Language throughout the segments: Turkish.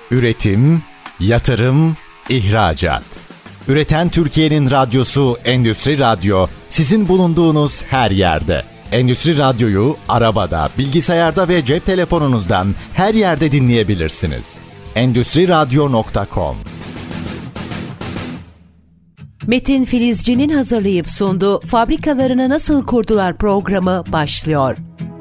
Üretim, yatırım, ihracat. Üreten Türkiye'nin radyosu Endüstri Radyo, sizin bulunduğunuz her yerde. Endüstri Radyo'yu arabada, bilgisayarda ve cep telefonunuzdan her yerde dinleyebilirsiniz. Endüstriradyo.com. Metin Filizci'nin hazırlayıp sunduğu Fabrikalarını Nasıl Kurdular programı başlıyor.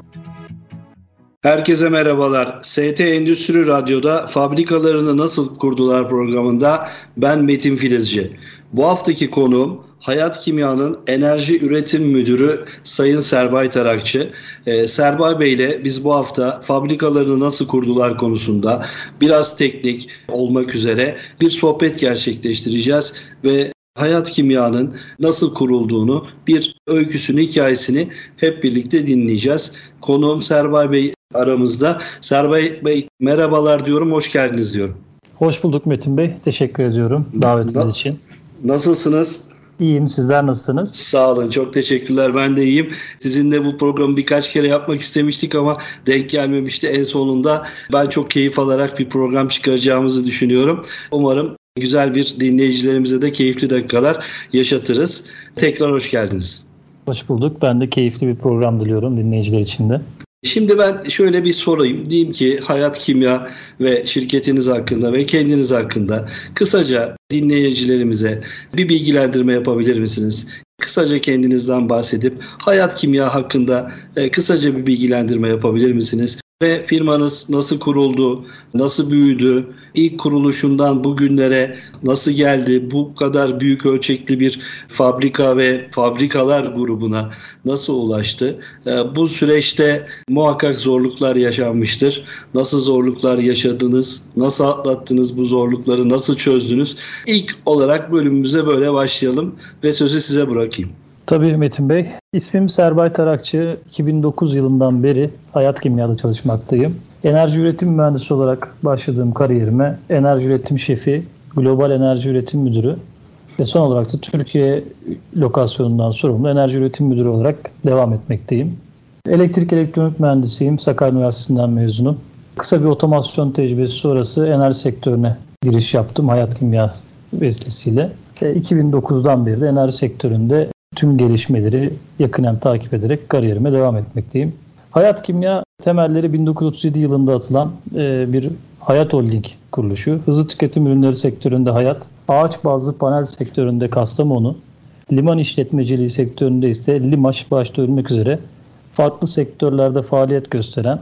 Herkese merhabalar. ST Endüstri Radyo'da Fabrikalarını Nasıl Kurdular programında ben Metin Filizci. Bu haftaki konuğum Hayat Kimya'nın Enerji Üretim Müdürü Sayın Serbay Tarakçı. Serbay Bey ile biz bu hafta fabrikalarını nasıl kurdular konusunda biraz teknik olmak üzere bir sohbet gerçekleştireceğiz ve Hayat Kimya'nın nasıl kurulduğunu, bir öyküsünü, hikayesini hep birlikte dinleyeceğiz. Konuğum Serbay Bey aramızda. Serbay Bey merhabalar diyorum, hoş geldiniz diyorum. Hoş bulduk Metin Bey, teşekkür ediyorum davetiniz için. Nasılsınız? İyiyim, sizler nasılsınız? Sağ olun, çok teşekkürler, ben de iyiyim. Sizinle bu programı birkaç kere yapmak istemiştik ama denk gelmemişti. En sonunda ben çok keyif alarak bir program çıkaracağımızı düşünüyorum. Umarım güzel bir dinleyicilerimize de keyifli dakikalar yaşatırız. Tekrar hoş geldiniz. Hoş bulduk. Ben de keyifli bir program diliyorum dinleyiciler için de. Şimdi ben şöyle bir sorayım. Diyeyim ki Hayat Kimya ve şirketiniz hakkında ve kendiniz hakkında kısaca dinleyicilerimize bir bilgilendirme yapabilir misiniz? Kısaca kendinizden bahsedip Hayat Kimya hakkında kısaca bir bilgilendirme yapabilir misiniz? Ve firmanız nasıl kuruldu, nasıl büyüdü, ilk kuruluşundan bugünlere nasıl geldi, bu kadar büyük ölçekli bir fabrika ve fabrikalar grubuna nasıl ulaştı? Bu süreçte muhakkak zorluklar yaşanmıştır. Nasıl zorluklar yaşadınız, nasıl atlattınız bu zorlukları, nasıl çözdünüz? İlk olarak bölümümüze böyle başlayalım ve sözü size bırakayım. Tabii Metin Bey. İsmim Serbay Tarakçı. 2009 yılından beri Hayat Kimya'da çalışmaktayım. Enerji üretim mühendisi olarak başladığım kariyerime enerji üretim şefi, global enerji üretim müdürü ve son olarak da Türkiye lokasyonundan sorumlu enerji üretim müdürü olarak devam etmekteyim. Elektrik elektronik mühendisiyim. Sakarya Üniversitesi'nden mezunum. Kısa bir otomasyon tecrübesi sonrası enerji sektörüne giriş yaptım Hayat Kimya vesilesiyle. 2009'dan beri de enerji sektöründe tüm gelişmeleri yakinen takip ederek kariyerime devam etmekteyim. Hayat Kimya temelleri 1937 yılında atılan bir Hayat Holding kuruluşu. Hızlı tüketim ürünleri sektöründe Hayat, ağaç bazlı panel sektöründe Kastamonu, liman işletmeciliği sektöründe ise Limaş başta olmak üzere farklı sektörlerde faaliyet gösteren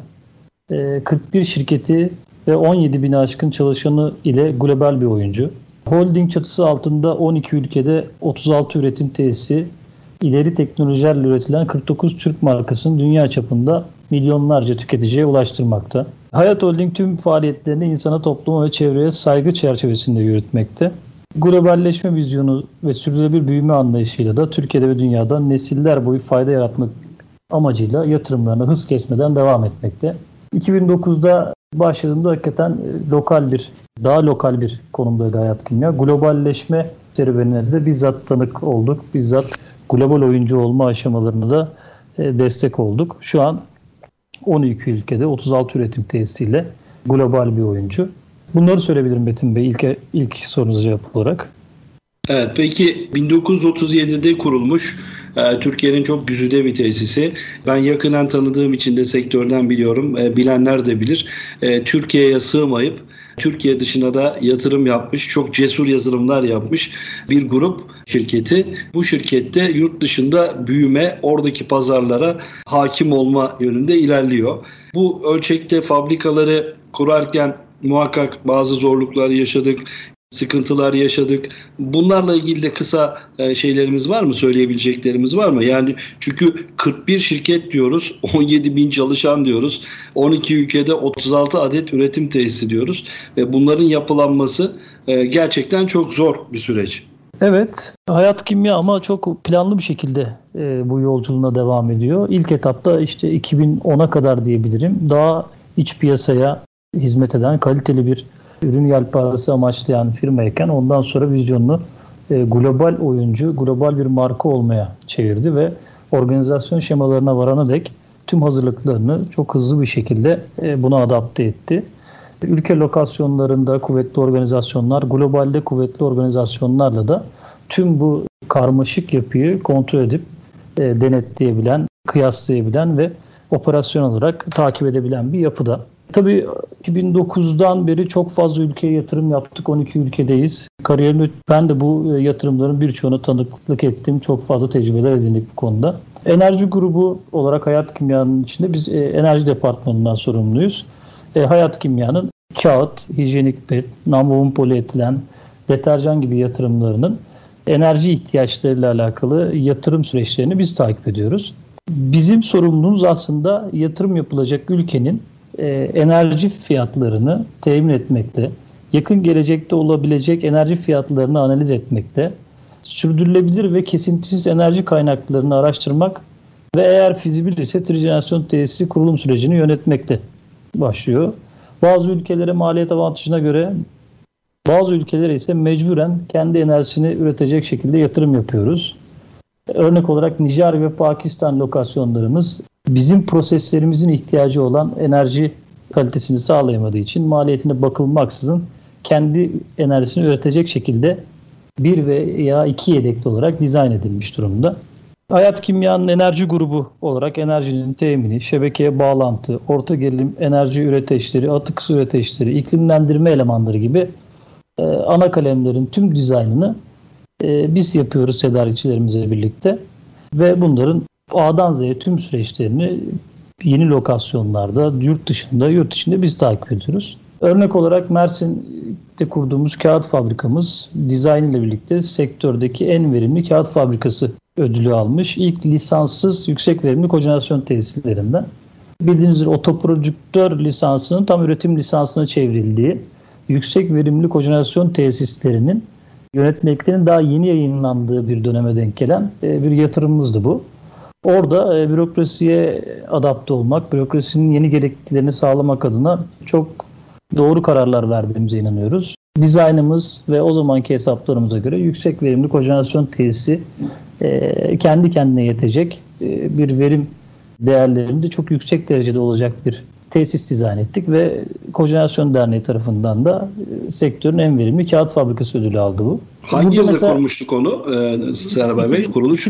41 şirketi ve 17 bini aşkın çalışanı ile global bir oyuncu. Holding çatısı altında 12 ülkede 36 üretim tesisi, ileri teknolojilerle üretilen 49 Türk markasını dünya çapında milyonlarca tüketiciye ulaştırmakta. Hayat Holding tüm faaliyetlerini insana, topluma ve çevreye saygı çerçevesinde yürütmekte. Globalleşme vizyonu ve sürdürülebilir büyüme anlayışıyla da Türkiye'de ve dünyada nesiller boyu fayda yaratmak amacıyla yatırımlarına hız kesmeden devam etmekte. 2009'da başladığımda hakikaten daha lokal bir konumdaydı Hayat Kimya. Globalleşme serüvenine de bizzat tanık olduk. Bizzat global oyuncu olma aşamalarına da destek olduk. Şu an 12 ülkede 36 üretim tesisiyle global bir oyuncu. Bunları söyleyebilirim Metin Bey ilk sorunuza cevap olarak. Evet, peki 1937'de kurulmuş Türkiye'nin çok güzide bir tesisi. Ben yakından tanıdığım için de sektörden biliyorum. Bilenler de bilir. Türkiye'ye sığmayıp Türkiye dışına da yatırım yapmış, çok cesur yatırımlar yapmış bir grup şirketi. Bu şirkette yurt dışında büyüme, oradaki pazarlara hakim olma yönünde ilerliyor. Bu ölçekte fabrikaları kurarken muhakkak bazı zorluklar yaşadık, sıkıntılar yaşadık. Bunlarla ilgili de kısa şeylerimiz var mı? Söyleyebileceklerimiz var mı? Yani çünkü 41 şirket diyoruz, 17 bin çalışan diyoruz, 12 ülkede 36 adet üretim tesisi diyoruz ve bunların yapılanması gerçekten çok zor bir süreç. Evet, Hayat Kimya ama çok planlı bir şekilde bu yolculuğuna devam ediyor. İlk etapta işte 2010'a kadar diyebilirim. Daha iç piyasaya hizmet eden kaliteli bir ürün yelpazesi amaçlayan firmayken ondan sonra vizyonunu global oyuncu, global bir marka olmaya çevirdi ve organizasyon şemalarına varana dek tüm hazırlıklarını çok hızlı bir şekilde buna adapte etti. ülke lokasyonlarında kuvvetli organizasyonlar, globalde kuvvetli organizasyonlarla da tüm bu karmaşık yapıyı kontrol edip denetleyebilen, kıyaslayabilen ve operasyon olarak takip edebilen bir yapıda. Tabii 2009'dan beri çok fazla ülkeye yatırım yaptık. 12 ülkedeyiz. Kariyerimde ben de bu yatırımların birçoğuna tanıklık ettim. Çok fazla tecrübeler edindik bu konuda. Enerji grubu olarak Hayat Kimya'nın içinde biz enerji departmanından sorumluyuz. Hayat Kimya'nın kağıt, hijyenik pet, nonwoven polietilen, deterjan gibi yatırımlarının enerji ihtiyaçlarıyla alakalı yatırım süreçlerini biz takip ediyoruz. Bizim sorumluluğumuz aslında yatırım yapılacak ülkenin enerji fiyatlarını temin etmekte, yakın gelecekte olabilecek enerji fiyatlarını analiz etmekte, sürdürülebilir ve kesintisiz enerji kaynaklarını araştırmak ve eğer fizibil ise trijenerasyon tesisi kurulum sürecini yönetmekte başlıyor. Bazı ülkelere maliyet avantajına göre, bazı ülkelere ise mecburen kendi enerjisini üretecek şekilde yatırım yapıyoruz. Örnek olarak Nijer ve Pakistan lokasyonlarımız bizim proseslerimizin ihtiyacı olan enerji kalitesini sağlayamadığı için maliyetine bakılmaksızın kendi enerjisini üretecek şekilde bir veya iki yedekli olarak dizayn edilmiş durumda. Hayat Kimya'nın enerji grubu olarak enerjinin temini, şebekeye bağlantı, orta gerilim enerji üreteçleri, atık su üreteçleri, iklimlendirme elemanları gibi ana kalemlerin tüm dizaynını biz yapıyoruz tedarikçilerimizle birlikte ve bunların A'dan Z'ye tüm süreçlerini yeni lokasyonlarda, yurt içinde biz takip ediyoruz. Örnek olarak Mersin'de kurduğumuz kağıt fabrikamız dizayn ile birlikte sektördeki en verimli kağıt fabrikası ödülü almış. İlk lisanssız yüksek verimli kojenerasyon tesislerinden. Bildiğiniz üzere otoprodüktör lisansının tam üretim lisansına çevrildiği yüksek verimli kojenerasyon tesislerinin yönetmeliklerin daha yeni yayınlandığı bir döneme denk gelen bir yatırımımızdı bu. Orada bürokrasiye adapte olmak, bürokrasinin yeni gerekliliklerini sağlamak adına çok doğru kararlar verdiğimize inanıyoruz. Dizaynımız ve o zamanki hesaplarımıza göre yüksek verimli kojenerasyon tesisi kendi kendine yetecek bir verim değerlerinde çok yüksek derecede olacak bir tesis dizayn ettik ve Kojenerasyon Derneği tarafından da sektörün en verimli kağıt fabrikası ödülü aldı bu. Hangi yılda kurmuştuk onu Serbay Bey? Kuruluş?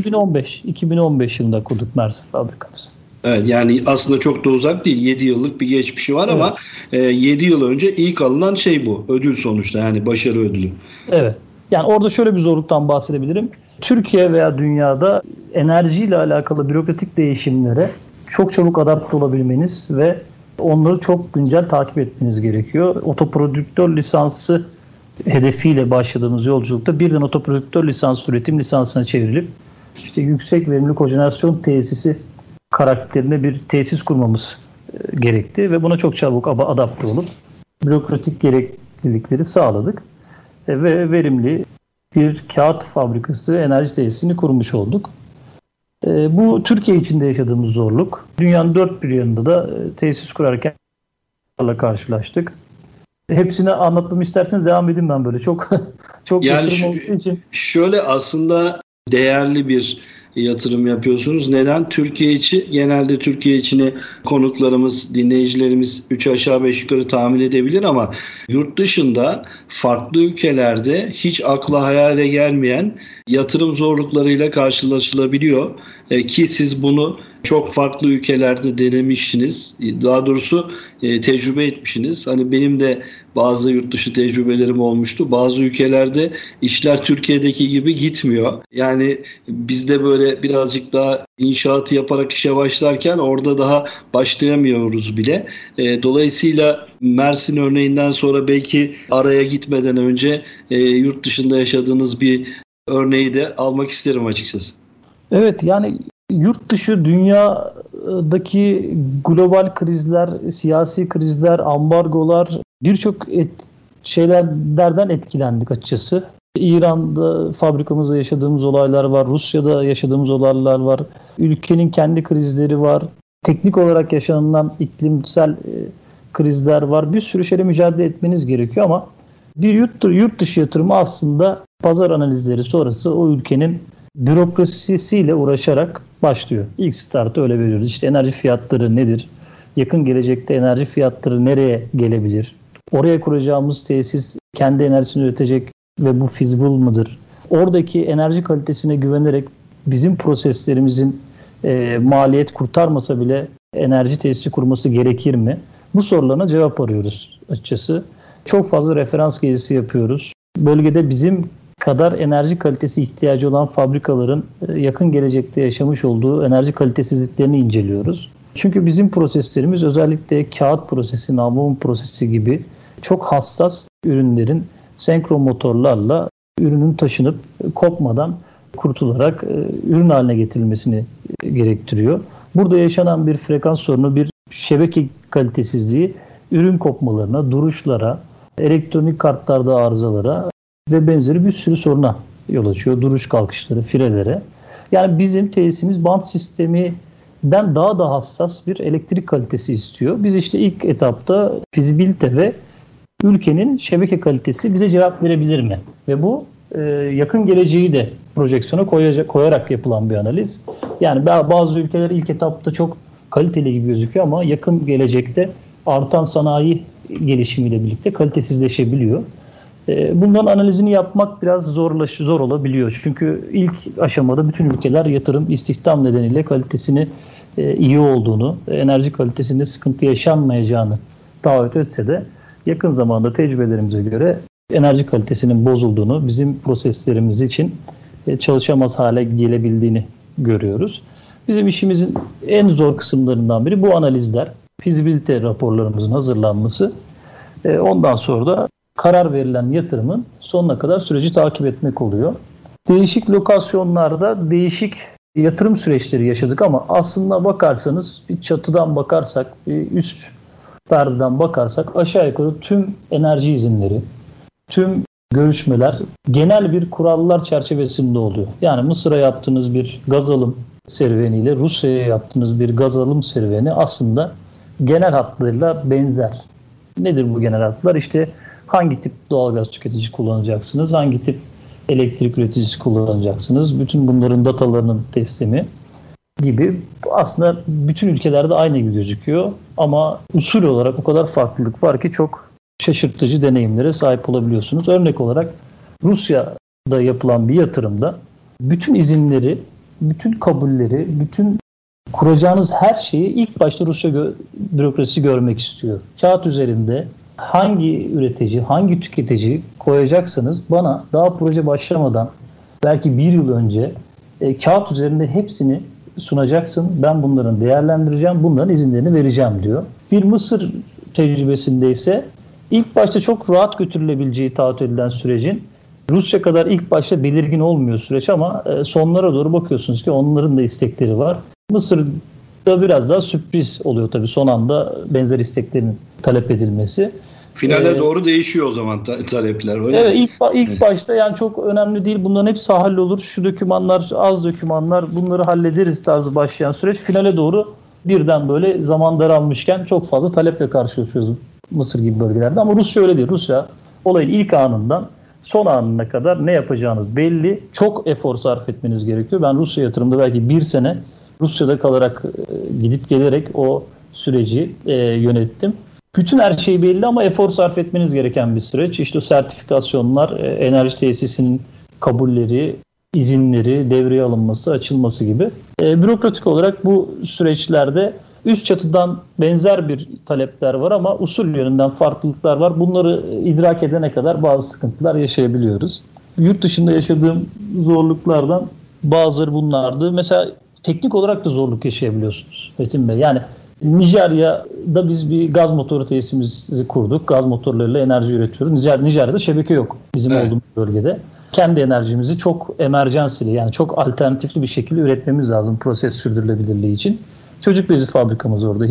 2015 yılında kurduk Mersin fabrikamızı. Evet, yani aslında çok da uzak değil. 7 yıllık bir geçmişi var, evet. Ama 7 yıl önce ilk alınan şey bu. Ödül sonuçta, yani başarı ödülü. Evet. Yani orada şöyle bir zorluktan bahsedebilirim. Türkiye veya dünyada enerjiyle alakalı bürokratik değişimlere çok çabuk adapte olabilmeniz ve onları çok güncel takip etmeniz gerekiyor. Otoprodüktör lisansı hedefiyle başladığımız yolculukta birden otoprodüktör lisansı üretim lisansına çevrilip işte yüksek verimli kojenerasyon tesisi karakterine bir tesis kurmamız gerekti ve buna çok çabuk adapte olup bürokratik gereklilikleri sağladık ve verimli bir kağıt fabrikası enerji tesisini kurmuş olduk. Bu Türkiye içinde yaşadığımız zorluk. Dünyanın dört bir yanında da tesis kurarken karşılaştık. Hepsini anlatmamı isterseniz devam edeyim ben böyle. Çok yani yatırım olduğu için. Şöyle aslında değerli bir yatırım yapıyorsunuz. Neden? Türkiye içi, genelde Türkiye içine konuklarımız, dinleyicilerimiz 3 aşağı 5 yukarı tahmin edebilir ama yurt dışında farklı ülkelerde hiç akla hayale gelmeyen yatırım zorluklarıyla karşılaşılabiliyor. Ki siz bunu çok farklı ülkelerde denemişsiniz. Daha doğrusu tecrübe etmişsiniz. Hani benim de bazı yurt dışı tecrübelerim olmuştu. Bazı ülkelerde işler Türkiye'deki gibi gitmiyor. Yani bizde böyle birazcık daha inşaatı yaparak işe başlarken orada daha başlayamıyoruz bile. Dolayısıyla Mersin örneğinden sonra belki araya gitmeden önce yurt dışında yaşadığınız bir örneği de almak isterim açıkçası. Evet, yani yurt dışı dünyadaki global krizler, siyasi krizler, ambargolar birçok şeylerden etkilendik açıkçası. İran'da fabrikamızda yaşadığımız olaylar var, Rusya'da yaşadığımız olaylar var, ülkenin kendi krizleri var, teknik olarak yaşanılan iklimsel krizler var. Bir sürü şeyle mücadele etmeniz gerekiyor ama bir yurt dışı yatırımı aslında pazar analizleri sonrası o ülkenin bürokrasisiyle uğraşarak başlıyor. İlk startı öyle veriyoruz. İşte enerji fiyatları nedir? Yakın gelecekte enerji fiyatları nereye gelebilir? Oraya kuracağımız tesis kendi enerjisini üretecek ve bu feasible mıdır? Oradaki enerji kalitesine güvenerek bizim proseslerimizin maliyet kurtarmasa bile enerji tesisi kurması gerekir mi? Bu sorularına cevap arıyoruz açıkçası. Çok fazla referans gezisi yapıyoruz. Bölgede bizim kadar enerji kalitesi ihtiyacı olan fabrikaların yakın gelecekte yaşamış olduğu enerji kalitesizliklerini inceliyoruz. Çünkü bizim proseslerimiz özellikle kağıt prosesi, nabom prosesi gibi çok hassas ürünlerin senkron motorlarla ürünün taşınıp kopmadan kurtularak ürün haline getirilmesini gerektiriyor. Burada yaşanan bir frekans sorunu, bir şebeke kalitesizliği ürün kopmalarına, duruşlara, elektronik kartlarda arızalara ve benzeri bir sürü soruna yol açıyor. Duruş kalkışları, firelere. Yani bizim tesisimiz bant sisteminden daha da hassas bir elektrik kalitesi istiyor. Biz işte ilk etapta fizibilite ve ülkenin şebeke kalitesi bize cevap verebilir mi? Ve bu yakın geleceği de projeksiyona koyarak yapılan bir analiz. Yani bazı ülkeler ilk etapta çok kaliteli gibi gözüküyor ama yakın gelecekte artan sanayi gelişimiyle birlikte kalitesizleşebiliyor. Bunların analizini yapmak biraz zor olabiliyor. Çünkü ilk aşamada bütün ülkeler yatırım, istihdam nedeniyle kalitesini iyi olduğunu, enerji kalitesinde sıkıntı yaşanmayacağını taahhüt etse de yakın zamanda tecrübelerimize göre enerji kalitesinin bozulduğunu, bizim proseslerimiz için çalışamaz hale gelebildiğini görüyoruz. Bizim işimizin en zor kısımlarından biri bu analizler, fizibilite raporlarımızın hazırlanması. Ondan sonra da karar verilen yatırımın sonuna kadar süreci takip etmek oluyor. Değişik lokasyonlarda değişik yatırım süreçleri yaşadık ama aslında bakarsanız bir çatıdan bakarsak, bir üst perdeden bakarsak aşağı yukarı tüm enerji izinleri, tüm görüşmeler genel bir kurallar çerçevesinde oluyor. Yani Mısır'a yaptığınız bir gaz alım serüveniyle Rusya'ya yaptığınız bir gaz alım serüveni aslında genel hatlarıyla benzer. Nedir bu genel hatlar? İşte hangi tip doğalgaz tüketici kullanacaksınız, hangi tip elektrik üreticisi kullanacaksınız, bütün bunların datalarının teslimi gibi aslında bütün ülkelerde aynı gibi gözüküyor ama usul olarak o kadar farklılık var ki çok şaşırtıcı deneyimlere sahip olabiliyorsunuz. Örnek olarak Rusya'da yapılan bir yatırımda bütün izinleri, bütün kabulleri, bütün kuracağınız her şeyi ilk başta Rusya bürokrasisi görmek istiyor. Kağıt üzerinde hangi üretici, hangi tüketici koyacaksanız bana daha proje başlamadan belki bir yıl önce kağıt üzerinde hepsini sunacaksın. Ben bunların değerlendireceğim, bunların izinlerini vereceğim diyor. Bir Mısır tecrübesinde ise ilk başta çok rahat götürülebileceği taahhüt edilen sürecin Rusya kadar ilk başta belirgin olmuyor süreç ama sonlara doğru bakıyorsunuz ki onların da istekleri var. Mısır'da biraz daha sürpriz oluyor tabii son anda benzer isteklerin talep edilmesi. Finale doğru değişiyor o zaman talepler. Öyle evet ilk başta yani çok önemli değil. Bunların hepsi hallolur. Şu dokümanlar, az dokümanlar bunları hallederiz tarzı başlayan süreç finale doğru birden böyle zaman daralmışken çok fazla taleple karşılaşıyoruz Mısır gibi bölgelerde. Ama Rusya öyle değil. Rusya olayın ilk anından son anına kadar ne yapacağınız belli. Çok efor sarf etmeniz gerekiyor. Ben Rusya yatırımda belki bir sene Rusya'da kalarak gidip gelerek o süreci yönettim. Bütün her şey belli ama efor sarf etmeniz gereken bir süreç. İşte sertifikasyonlar, enerji tesisinin kabulleri, izinleri, devreye alınması, açılması gibi. Bürokratik olarak bu süreçlerde üst çatıdan benzer bir talepler var ama usul yönünden farklılıklar var. Bunları idrak edene kadar bazı sıkıntılar yaşayabiliyoruz. Yurt dışında yaşadığım zorluklardan bazıları bunlardı. Mesela teknik olarak da zorluk yaşayabiliyorsunuz Metin Bey. Yani Nijerya'da biz bir gaz motoru tesisimizi kurduk. Gaz motorlarıyla enerji üretiyoruz. Nijerya'da şebeke yok bizim olduğumuz bölgede. Kendi enerjimizi çok emerjansili yani çok alternatifli bir şekilde üretmemiz lazım proses sürdürülebilirliği için. Çocuk bezi fabrikamız orada,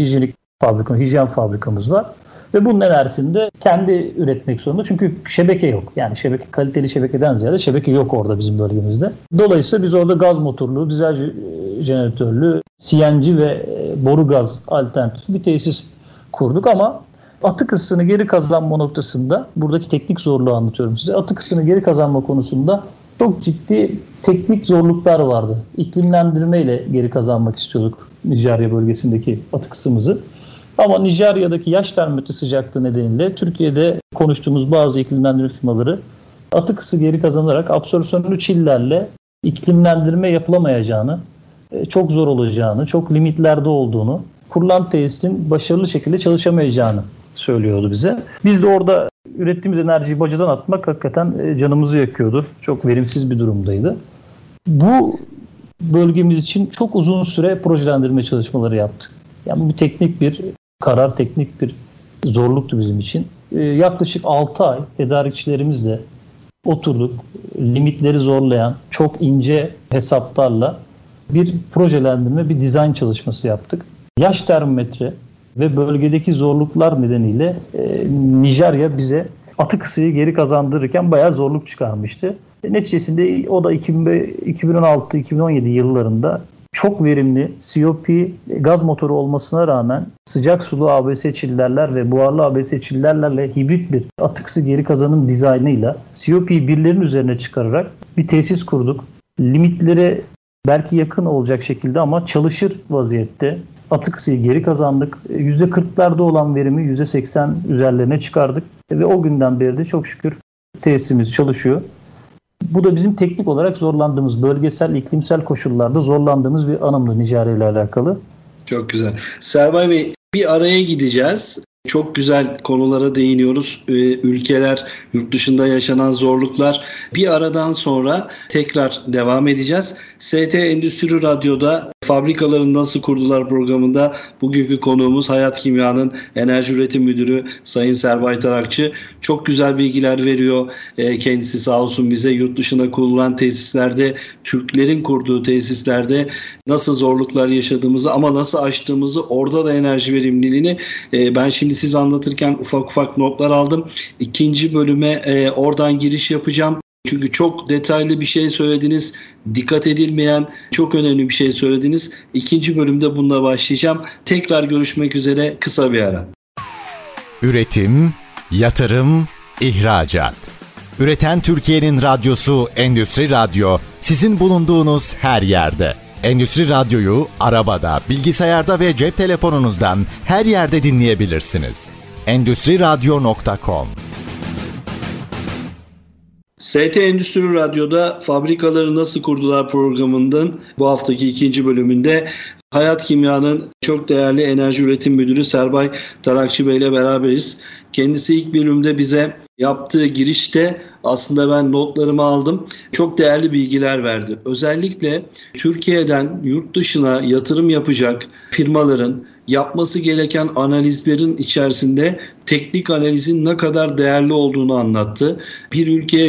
hijyen fabrikamız var. Ve bunun enerjisini de kendi üretmek zorunda. Çünkü şebeke yok. Yani kaliteli şebekeden ziyade şebeke yok orada bizim bölgemizde. Dolayısıyla biz orada gaz motorlu, dizel jeneratörlü, CNG ve boru gaz alternatif bir tesis kurduk ama atık ısısını geri kazanma noktasında, buradaki teknik zorluğu anlatıyorum size. Atık ısısını geri kazanma konusunda çok ciddi teknik zorluklar vardı. İklimlendirme ile geri kazanmak istiyorduk Nijerya bölgesindeki atık ısımızı. Ama Nijerya'daki yaş termometre sıcaklığı nedeniyle Türkiye'de konuştuğumuz bazı iklimlendirme firmaları atık ısı geri kazanarak absorpsiyonlu çillerle iklimlendirme yapılamayacağını, çok zor olacağını, çok limitlerde olduğunu, kurulan tesisin başarılı şekilde çalışamayacağını söylüyordu bize. Biz de orada ürettiğimiz enerjiyi bacadan atmak hakikaten canımızı yakıyordu. Çok verimsiz bir durumdaydı. Bu bölgemiz için çok uzun süre projelendirme çalışmaları yaptık. Yani bu bir teknik bir karar, teknik bir zorluktu bizim için. Yaklaşık 6 ay tedarikçilerimizle oturduk. Limitleri zorlayan çok ince hesaplarla bir projelendirme, bir dizayn çalışması yaptık. Yaş termometre ve bölgedeki zorluklar nedeniyle Nijerya bize atık ısıyı geri kazandırırken bayağı zorluk çıkarmıştı. Neticesinde o da 2016-2017 yıllarında çok verimli COP gaz motoru olmasına rağmen sıcak sulu ABS çillerler ve buharlı ABS çillerlerle hibrit bir atık ısı geri kazanım dizaynıyla COP'yi birlerin üzerine çıkararak bir tesis kurduk. Limitlere belki yakın olacak şekilde ama çalışır vaziyette atık ısıyı geri kazandık. %40'larda olan verimi %80 üzerlerine çıkardık. Ve o günden beri de çok şükür tesisimiz çalışıyor. Bu da bizim teknik olarak zorlandığımız, bölgesel, iklimsel koşullarda zorlandığımız bir anımdı Nijerya ile alakalı. Çok güzel. Serbay Bey, bir araya gideceğiz. Çok güzel konulara değiniyoruz. Ülkeler, yurt dışında yaşanan zorluklar. Bir aradan sonra tekrar devam edeceğiz. ST Endüstri Radyo'da Fabrikaları Nasıl Kurdular programında bugünkü konuğumuz Hayat Kimya'nın Enerji Üretim Müdürü Sayın Serbay Tarakçı. Çok güzel bilgiler veriyor. Kendisi sağ olsun bize yurt dışında kurulan tesislerde, Türklerin kurduğu tesislerde nasıl zorluklar yaşadığımızı ama nasıl aştığımızı, orada da enerji verimliliğini ben şimdi siz anlatırken ufak ufak notlar aldım. İkinci bölüme oradan giriş yapacağım. Çünkü çok detaylı bir şey söylediniz. Dikkat edilmeyen çok önemli bir şey söylediniz. İkinci bölümde bununla başlayacağım. Tekrar görüşmek üzere, kısa bir ara. Üretim, yatırım, ihracat. Üreten Türkiye'nin radyosu Endüstri Radyo, sizin bulunduğunuz her yerde. Endüstri Radyo'yu arabada, bilgisayarda ve cep telefonunuzdan her yerde dinleyebilirsiniz. Endüstriradyo.com. ST Endüstri Radyo'da Fabrikaları Nasıl Kurdular programının bu haftaki ikinci bölümünde Hayat Kimya'nın çok değerli enerji üretim müdürü Serbay Tarakçı Bey ile beraberiz. Kendisi ilk bölümde bize yaptığı girişte aslında ben notlarımı aldım. Çok değerli bilgiler verdi. Özellikle Türkiye'den yurt dışına yatırım yapacak firmaların yapması gereken analizlerin içerisinde teknik analizin ne kadar değerli olduğunu anlattı. Bir ülkeye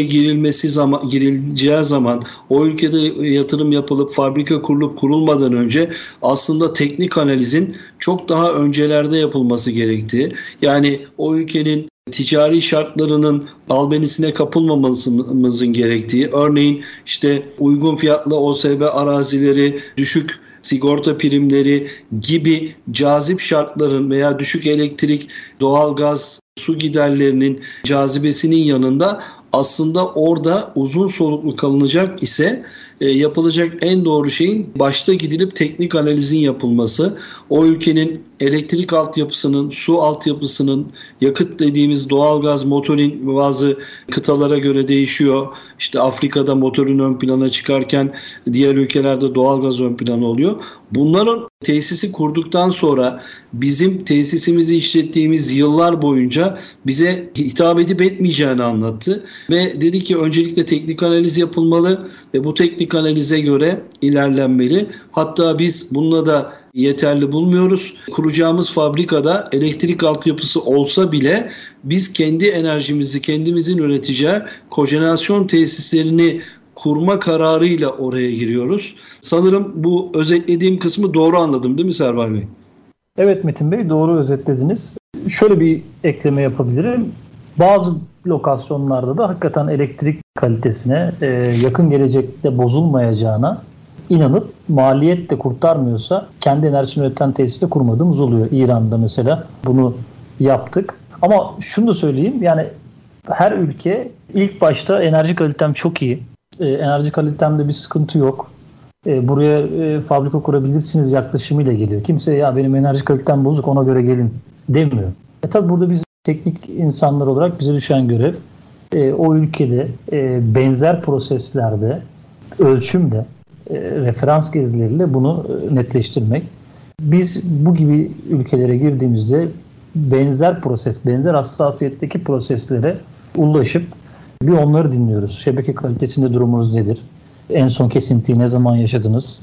girileceği zaman o ülkede yatırım yapılıp fabrika kurulup kurulmadan önce aslında teknik analizin çok daha öncelerde yapılması gerektiği, yani o ülkenin ticari şartlarının albenisine kapılmamamızın gerektiği, örneğin işte uygun fiyatlı OSB arazileri, düşük sigorta primleri gibi cazip şartların veya düşük elektrik, doğalgaz, su giderlerinin cazibesinin yanında aslında orada uzun soluklu kalınacak ise yapılacak en doğru şeyin başta gidilip teknik analizin yapılması. O ülkenin elektrik altyapısının, su altyapısının, yakıt dediğimiz doğalgaz, motorin bazı kıtalara göre değişiyor. İşte Afrika'da motorun ön plana çıkarken diğer ülkelerde doğalgaz ön plana oluyor. Bunların tesisi kurduktan sonra bizim tesisimizi işlettiğimiz yıllar boyunca bize hitap edip etmeyeceğini anlattı. Ve dedi ki öncelikle teknik analiz yapılmalı ve bu teknik analize göre ilerlenmeli. Hatta biz bununla da yeterli bulmuyoruz. Kuracağımız fabrikada elektrik altyapısı olsa bile biz kendi enerjimizi kendimizin üreteceği kojenerasyon tesislerini kurma kararıyla oraya giriyoruz. Sanırım bu özetlediğim kısmı doğru anladım değil mi Serbay Bey? Evet Metin Bey, doğru özetlediniz. Şöyle bir ekleme yapabilirim. Bazı lokasyonlarda da hakikaten elektrik kalitesine yakın gelecekte bozulmayacağına inanıp maliyet de kurtarmıyorsa kendi enerjisini üreten tesiste kurmadığımız oluyor. İran'da mesela bunu yaptık. Ama şunu da söyleyeyim, yani her ülke ilk başta enerji kalitem çok iyi. Enerji kalitemde bir sıkıntı yok. buraya fabrika kurabilirsiniz yaklaşımıyla geliyor. Kimse ya benim enerji kalitem bozuk ona göre gelin demiyor. Tabii burada biz teknik insanlar olarak bize düşen görev o ülkede benzer proseslerde ölçümle referans gezileriyle bunu netleştirmek. Biz bu gibi ülkelere girdiğimizde benzer hassasiyetteki proseslere ulaşıp bir onları dinliyoruz. Şebeke kalitesinde durumunuz nedir? En son kesintiyi ne zaman yaşadınız?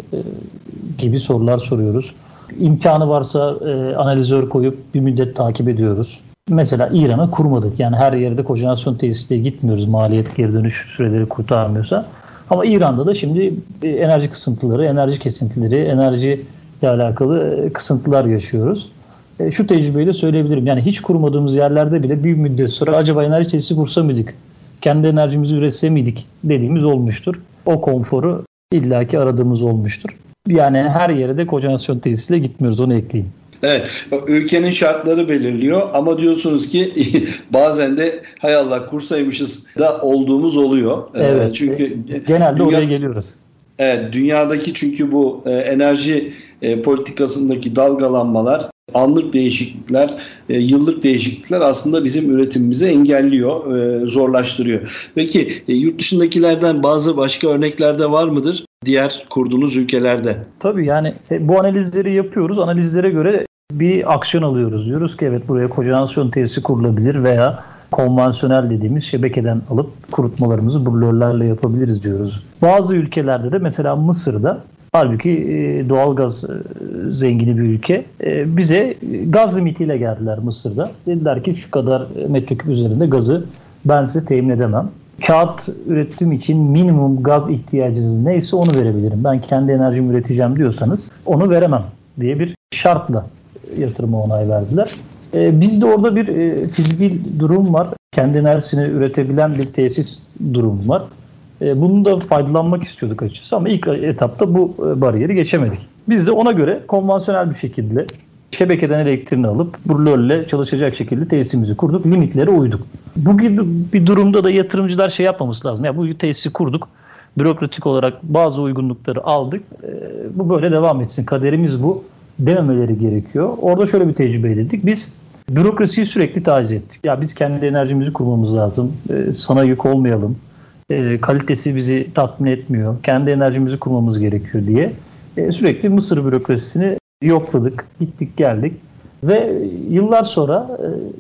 Gibi sorular soruyoruz. İmkanı varsa analizör koyup bir müddet takip ediyoruz. Mesela İran'a kurmadık. Yani her yerde kojenerasyon tesisine gitmiyoruz. Maliyet geri dönüş süreleri kurtarmıyorsa. Ama İran'da da şimdi enerji kısıntıları, enerji kesintileri, enerjiyle alakalı kısıntılar yaşıyoruz. Şu tecrübeyle söyleyebilirim. Yani hiç kurmadığımız yerlerde bile bir müddet sonra acaba enerji tesisi kursa mıydık? Kendi enerjimizi üretse miydik dediğimiz olmuştur. O konforu illaki aradığımız olmuştur. Yani her yere de kojenerasyon tesisiyle gitmiyoruz, onu ekleyeyim. Evet, ülkenin şartları belirliyor ama diyorsunuz ki bazen de hay Allah kursaymışız da olduğumuz oluyor. Evet, çünkü genelde oraya geliyoruz. Evet, dünyadaki çünkü bu enerji politikasındaki dalgalanmalar, anlık değişiklikler, yıllık değişiklikler aslında bizim üretimimizi engelliyor, zorlaştırıyor. Peki yurt dışındakilerden bazı başka örnekler de var mıdır diğer kurduğunuz ülkelerde? Tabii yani bu analizleri yapıyoruz. Analizlere göre bir aksiyon alıyoruz. Diyoruz ki evet buraya kojenerasyon tesisi kurulabilir veya konvansiyonel dediğimiz şebekeden alıp kurutmalarımızı brülörlerle yapabiliriz diyoruz. Bazı ülkelerde de mesela Mısır'da halbuki doğalgaz zengini bir ülke. Bize gaz limitiyle geldiler Mısır'da. Dediler ki şu kadar metreküp üzerinde gazı ben size temin edemem. Kağıt ürettiğim için minimum gaz ihtiyacınız neyse onu verebilirim. Ben kendi enerjimi üreteceğim diyorsanız onu veremem diye bir şartla yatırıma onay verdiler. Bizde orada bir fizibil durum var. Kendi enerjisini üretebilen bir tesis durumu var. Bunu da faydalanmak istiyorduk açıkçası ama ilk etapta bu bariyeri geçemedik. Biz de ona göre konvansiyonel bir şekilde şebekeden elektriğini alıp brülörle çalışacak şekilde tesisimizi kurduk. Limitlere uyduk. Bu gibi bir durumda da yatırımcılar şey yapmaması lazım. Ya bu tesisi kurduk. Bürokratik olarak bazı uygunlukları aldık. Bu böyle devam etsin. Kaderimiz bu dememeleri gerekiyor. Orada şöyle bir tecrübe edindik. Biz bürokrasiyi sürekli taciz ettik. Ya biz kendi enerjimizi kurmamız lazım. Sana yük olmayalım. Kalitesi bizi tatmin etmiyor. Kendi enerjimizi kurmamız gerekiyor diye sürekli Mısır bürokrasisini yokladık, gittik geldik ve yıllar sonra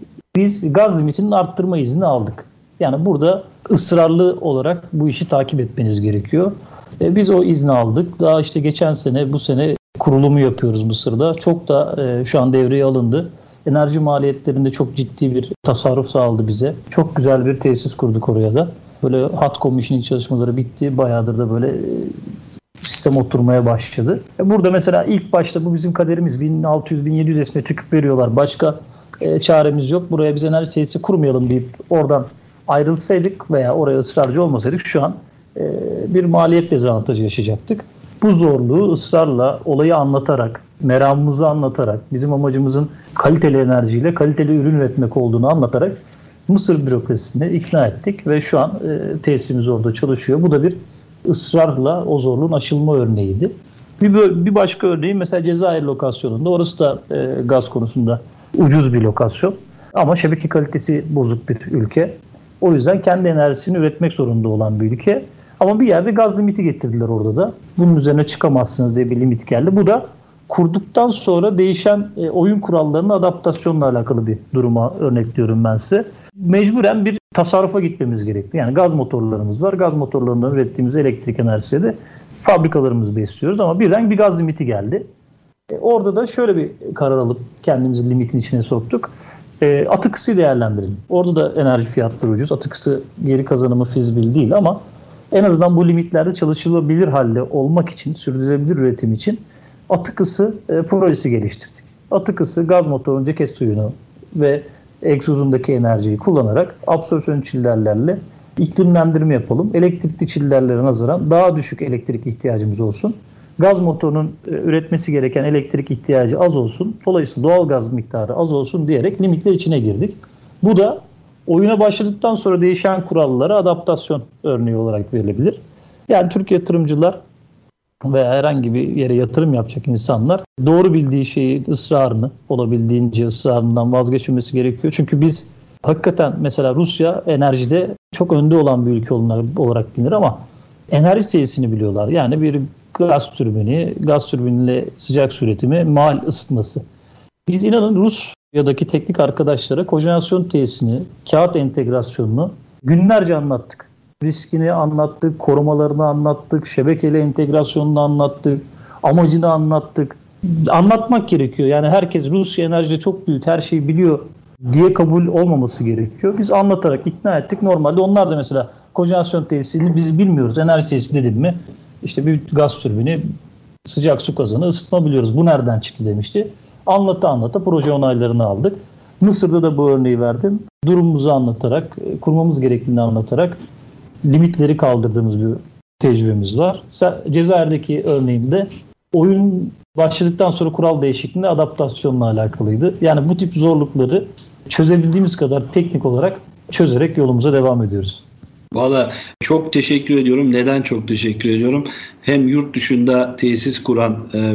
biz gaz limitinin arttırma izni aldık. Yani burada ısrarlı olarak bu işi takip etmeniz gerekiyor. Biz o izni aldık. Daha işte geçen sene, bu sene kurulumu yapıyoruz Mısır'da. Çok da şu an devreye alındı. Enerji maliyetlerinde çok ciddi bir tasarruf sağladı bize. Çok güzel bir tesis kurduk oraya da. Böyle hot commissioning çalışmaları bitti. Bayağıdır da böyle sistem oturmaya başladı. Burada mesela ilk başta bu bizim kaderimiz. 1600-1700 metreküp veriyorlar. Başka çaremiz yok. Buraya biz enerji tesisi kurmayalım deyip oradan ayrılsaydık veya oraya ısrarcı olmasaydık şu an bir maliyet dezavantajı yaşayacaktık. Bu zorluğu ısrarla olayı anlatarak, meramımızı anlatarak, bizim amacımızın kaliteli enerjiyle kaliteli ürün üretmek olduğunu anlatarak Mısır bürokrasisini ikna ettik ve şu an tesisimiz orada çalışıyor. Bu da bir ısrarla o zorluğun aşılma örneğiydi. Bir başka örneği mesela Cezayir lokasyonunda. Orası da gaz konusunda ucuz bir lokasyon. Ama şebeke kalitesi bozuk bir ülke. O yüzden kendi enerjisini üretmek zorunda olan bir ülke. Ama bir yerde gaz limiti getirdiler orada da. Bunun üzerine çıkamazsınız diye bir limit geldi. Bu da kurduktan sonra değişen oyun kurallarının adaptasyonla alakalı bir duruma örnekliyorum ben size. Mecburen bir tasarrufa gitmemiz gerekti. Yani gaz motorlarımız var. Gaz motorlarından ürettiğimiz elektrik enerjisiyle de fabrikalarımızı besliyoruz. Ama birden bir gaz limiti geldi. Orada da şöyle bir karar alıp kendimizi limitin içine soktuk. Atık ısıyı değerlendirelim. Orada da enerji fiyatları ucuz. Atık ısı geri kazanımı fizibil değil ama en azından bu limitlerde çalışılabilir halde olmak için, sürdürülebilir üretim için atık ısı projesi geliştirdik. Atık ısı gaz motorunun ceket suyunu ve egzozundaki enerjiyi kullanarak absorpsiyon çillerlerle iklimlendirme yapalım. Elektrikli çillerlere nazaran daha düşük elektrik ihtiyacımız olsun. Gaz motorunun üretmesi gereken elektrik ihtiyacı az olsun. Dolayısıyla doğal gaz miktarı az olsun diyerek limitler içine girdik. Bu da oyuna başladıktan sonra değişen kurallara adaptasyon örneği olarak verilebilir. Yani Türk yatırımcılar veya herhangi bir yere yatırım yapacak insanlar doğru bildiği şeyi, ısrarını, olabildiğince ısrarından vazgeçmesi gerekiyor. Çünkü biz hakikaten mesela Rusya enerjide çok önde olan bir ülke olarak bilinir ama enerji tesisini biliyorlar. Yani bir gaz türbiniyle sıcak su üretimi, mal ısıtması. Biz inanın Rusya'daki teknik arkadaşlara kojenerasyon tesisini, kağıt entegrasyonunu günlerce anlattık. Riskini anlattık, korumalarını anlattık, şebekeli entegrasyonunu anlattık, amacını anlattık. Anlatmak gerekiyor. Yani herkes Rusya enerjide çok büyük, her şeyi biliyor diye kabul olmaması gerekiyor. Biz anlatarak ikna ettik. Normalde onlar da mesela kojenerasyon tesisini biz bilmiyoruz. Enerji tesisi dedim mi işte bir gaz türbini, sıcak su kazanı ısıtma biliyoruz. Bu nereden çıktı demişti. Anlata proje onaylarını aldık. Mısır'da da bu örneği verdim. Durumumuzu anlatarak, kurmamız gerektiğini anlatarak limitleri kaldırdığımız bir tecrübemiz var. Cezayir'deki örneğimde oyun başladıktan sonra kural değişikliğinde adaptasyonla alakalıydı. Yani bu tip zorlukları çözebildiğimiz kadar teknik olarak çözerek yolumuza devam ediyoruz. Valla çok teşekkür ediyorum. Neden çok teşekkür ediyorum? Hem yurt dışında tesis kuran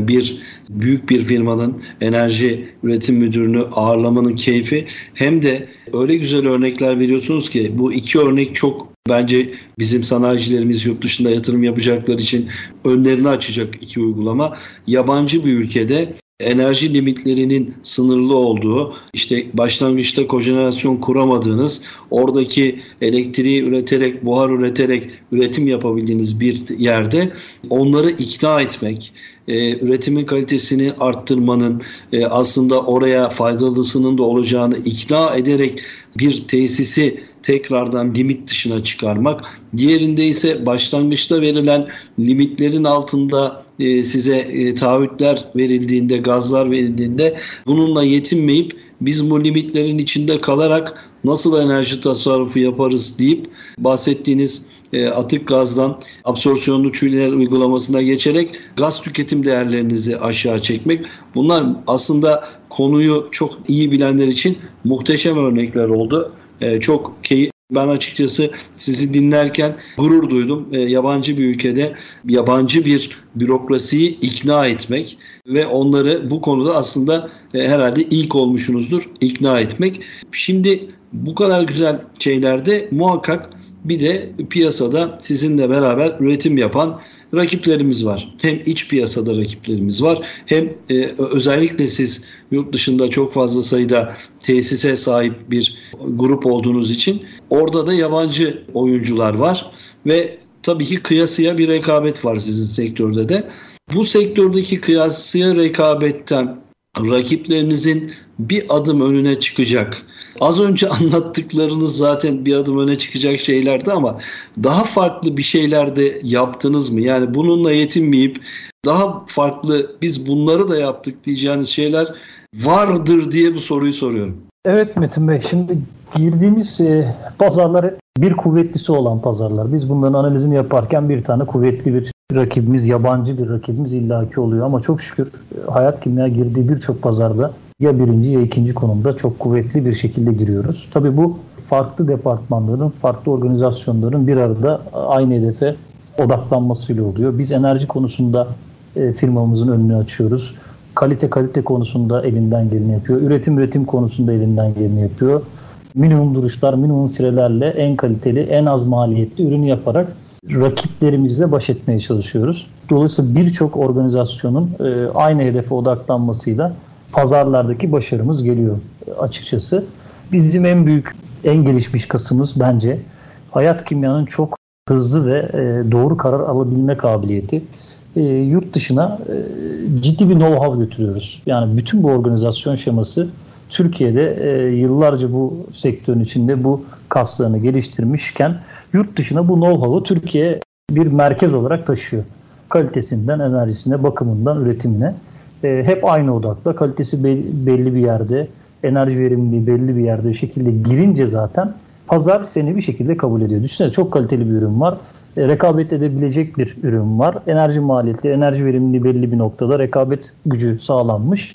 büyük bir firmanın enerji üretim müdürünü ağırlamanın keyfi, hem de öyle güzel örnekler veriyorsunuz ki bu iki örnek çok bence bizim sanayicilerimiz yurt dışında yatırım yapacaklar için önlerini açacak iki uygulama. Yabancı bir ülkede enerji limitlerinin sınırlı olduğu, işte başlangıçta kojenerasyon kuramadığınız, oradaki elektriği üreterek, buhar üreterek üretim yapabildiğiniz bir yerde onları ikna etmek, üretimin kalitesini arttırmanın, aslında oraya faydalısının da olacağını ikna ederek bir tesisi tekrardan limit dışına çıkarmak. Diğerinde ise başlangıçta verilen limitlerin altında size taahhütler verildiğinde, gazlar verildiğinde bununla yetinmeyip biz bu limitlerin içinde kalarak nasıl enerji tasarrufu yaparız deyip bahsettiğiniz atık gazdan absorpsiyonlu chiller uygulamasına geçerek gaz tüketim değerlerinizi aşağı çekmek. Bunlar aslında konuyu çok iyi bilenler için muhteşem örnekler oldu. Çok ben açıkçası sizi dinlerken gurur duydum. Yabancı bir ülkede yabancı bir bürokrasiyi ikna etmek ve onları bu konuda aslında herhalde ilk olmuşsunuzdur ikna etmek. Şimdi bu kadar güzel şeylerde muhakkak bir de piyasada sizinle beraber üretim yapan rakiplerimiz var. Hem iç piyasada rakiplerimiz var, hem özellikle siz yurt dışında çok fazla sayıda tesise sahip bir grup olduğunuz için orada da yabancı oyuncular var ve tabii ki kıyasıya bir rekabet var sizin sektörde de. Bu sektördeki kıyasıya rekabetten rakiplerinizin bir adım önüne çıkacak. Az önce anlattıklarınız zaten bir adım öne çıkacak şeylerdi ama daha farklı bir şeyler de yaptınız mı? Yani bununla yetinmeyip daha farklı biz bunları da yaptık diyeceğiniz şeyler vardır diye bu soruyu soruyorum. Evet Metin Bey, şimdi girdiğimiz pazarlar bir kuvvetlisi olan pazarlar. Biz bunların analizini yaparken bir tane kuvvetli bir rakibimiz, yabancı bir rakibimiz illaki oluyor. Ama çok şükür Hayat Kimya girdiği birçok pazarda ya birinci ya ikinci konumda çok kuvvetli bir şekilde giriyoruz. Tabii bu farklı departmanların, farklı organizasyonların bir arada aynı hedefe odaklanmasıyla oluyor. Biz enerji konusunda firmamızın önünü açıyoruz. Kalite konusunda elinden geleni yapıyor. Üretim konusunda elinden geleni yapıyor. Minimum duruşlar, minimum firelerle en kaliteli, en az maliyetli ürünü yaparak rakiplerimizle baş etmeye çalışıyoruz. Dolayısıyla birçok organizasyonun aynı hedefe odaklanmasıyla pazarlardaki başarımız geliyor açıkçası. Bizim en büyük, en gelişmiş kasımız bence Hayat Kimya'nın çok hızlı ve doğru karar alabilme kabiliyeti. Yurt dışına ciddi bir know-how götürüyoruz. Yani bütün bu organizasyon şeması Türkiye'de yıllarca bu sektörün içinde bu kaslarını geliştirmişken yurt dışına bu know-how'u Türkiye bir merkez olarak taşıyor. Kalitesinden, enerjisine, bakımından, üretimine. Hep aynı odakla, kalitesi belli bir yerde, enerji verimliliği belli bir yerde şekilde girince zaten pazar seni bir şekilde kabul ediyor. Düşünsene, çok kaliteli bir ürün var. Rekabet edebilecek bir ürün var. Enerji maliyeti, enerji verimliliği belli bir noktada rekabet gücü sağlanmış.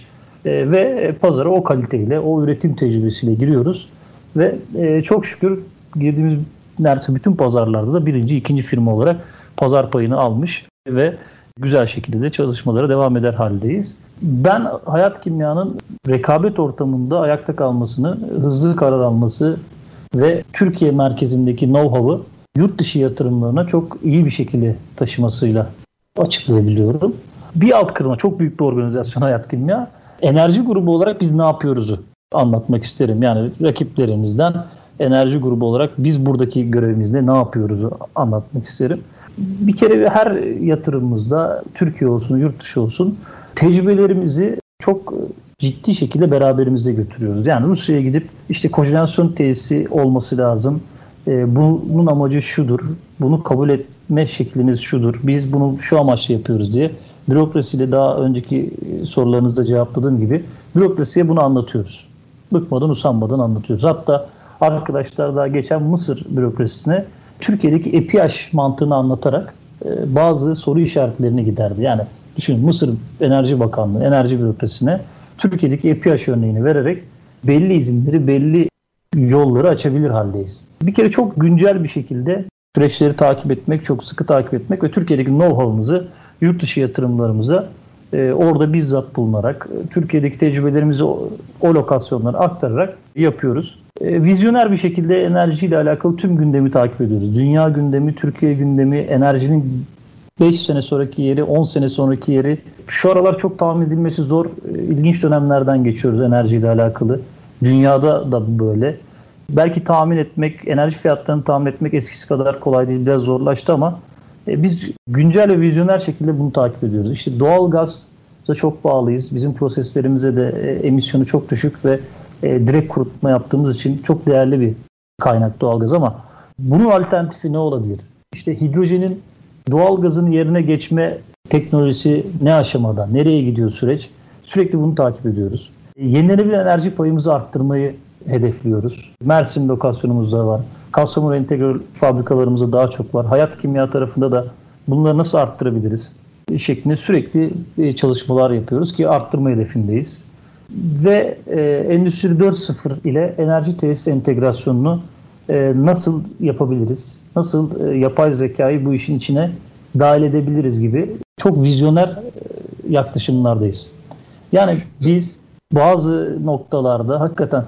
Ve pazara o kaliteyle, o üretim tecrübesiyle giriyoruz. Ve çok şükür girdiğimiz neredeyse bütün pazarlarda da birinci, ikinci firma olarak pazar payını almış ve güzel şekilde de çalışmalara devam eder haldeyiz. Ben Hayat Kimya'nın rekabet ortamında ayakta kalmasını, hızlı karar alması ve Türkiye merkezindeki know-how'ı yurt dışı yatırımlarına çok iyi bir şekilde taşımasıyla açıklayabiliyorum. Bir alt kırma, çok büyük bir organizasyon Hayat Kimya. Enerji grubu olarak biz ne yapıyoruzu anlatmak isterim. Yani rakiplerimizden enerji grubu olarak biz buradaki görevimizde ne yapıyoruzu anlatmak isterim. Bir kere her yatırımımızda Türkiye olsun, yurt dışı olsun tecrübelerimizi çok ciddi şekilde beraberimizde götürüyoruz. Yani Rusya'ya gidip işte kojenerasyon tesisi olması lazım. Bunun amacı şudur. Bunu kabul etme şekliniz şudur. Biz bunu şu amaçla yapıyoruz diye bürokrasiyle daha önceki sorularınızda cevapladığım gibi bürokrasiye bunu anlatıyoruz. Bıkmadan usanmadan anlatıyoruz. Hatta arkadaşlar daha geçen Mısır bürokrasisine Türkiye'deki EPH mantığını anlatarak bazı soru işaretlerini giderdi. Yani düşünün, Mısır Enerji Bakanlığı, Enerji Bürokrasisi'ne Türkiye'deki EPH örneğini vererek belli izinleri, belli yolları açabilir haldeyiz. Bir kere çok güncel bir şekilde süreçleri takip etmek, çok sıkı takip etmek ve Türkiye'deki know-how'ımızı yurt dışı yatırımlarımıza orada bizzat bulunarak Türkiye'deki tecrübelerimizi o lokasyonlara aktararak yapıyoruz. Vizyoner bir şekilde enerjiyle alakalı tüm gündemi takip ediyoruz. Dünya gündemi, Türkiye gündemi, enerjinin 5 sene sonraki yeri, 10 sene sonraki yeri. Şu aralar çok tahmin edilmesi zor, ilginç dönemlerden geçiyoruz enerjiyle alakalı. Dünyada da böyle. Belki tahmin etmek, enerji fiyatlarını tahmin etmek eskisi kadar kolay değil, biraz zorlaştı ama biz güncel ve vizyoner şekilde bunu takip ediyoruz. İşte doğalgaza çok bağlıyız. Bizim proseslerimize de emisyonu çok düşük ve direkt kurutma yaptığımız için çok değerli bir kaynak doğalgaz ama bunun alternatifi ne olabilir? İşte hidrojenin doğalgazın yerine geçme teknolojisi ne aşamada, nereye gidiyor süreç? Sürekli bunu takip ediyoruz. Yenilenebilir enerji payımızı arttırmayı hedefliyoruz. Mersin lokasyonumuzda var. Kastamonu entegre fabrikalarımızda daha çok var. Hayat Kimya tarafında da bunları nasıl arttırabiliriz şeklinde sürekli çalışmalar yapıyoruz ki arttırma hedefindeyiz. Ve Endüstri 4.0 ile enerji tesis entegrasyonunu nasıl yapabiliriz? Nasıl yapay zekayı bu işin içine dahil edebiliriz gibi çok vizyoner yaklaşımlardayız. Yani biz bazı noktalarda hakikaten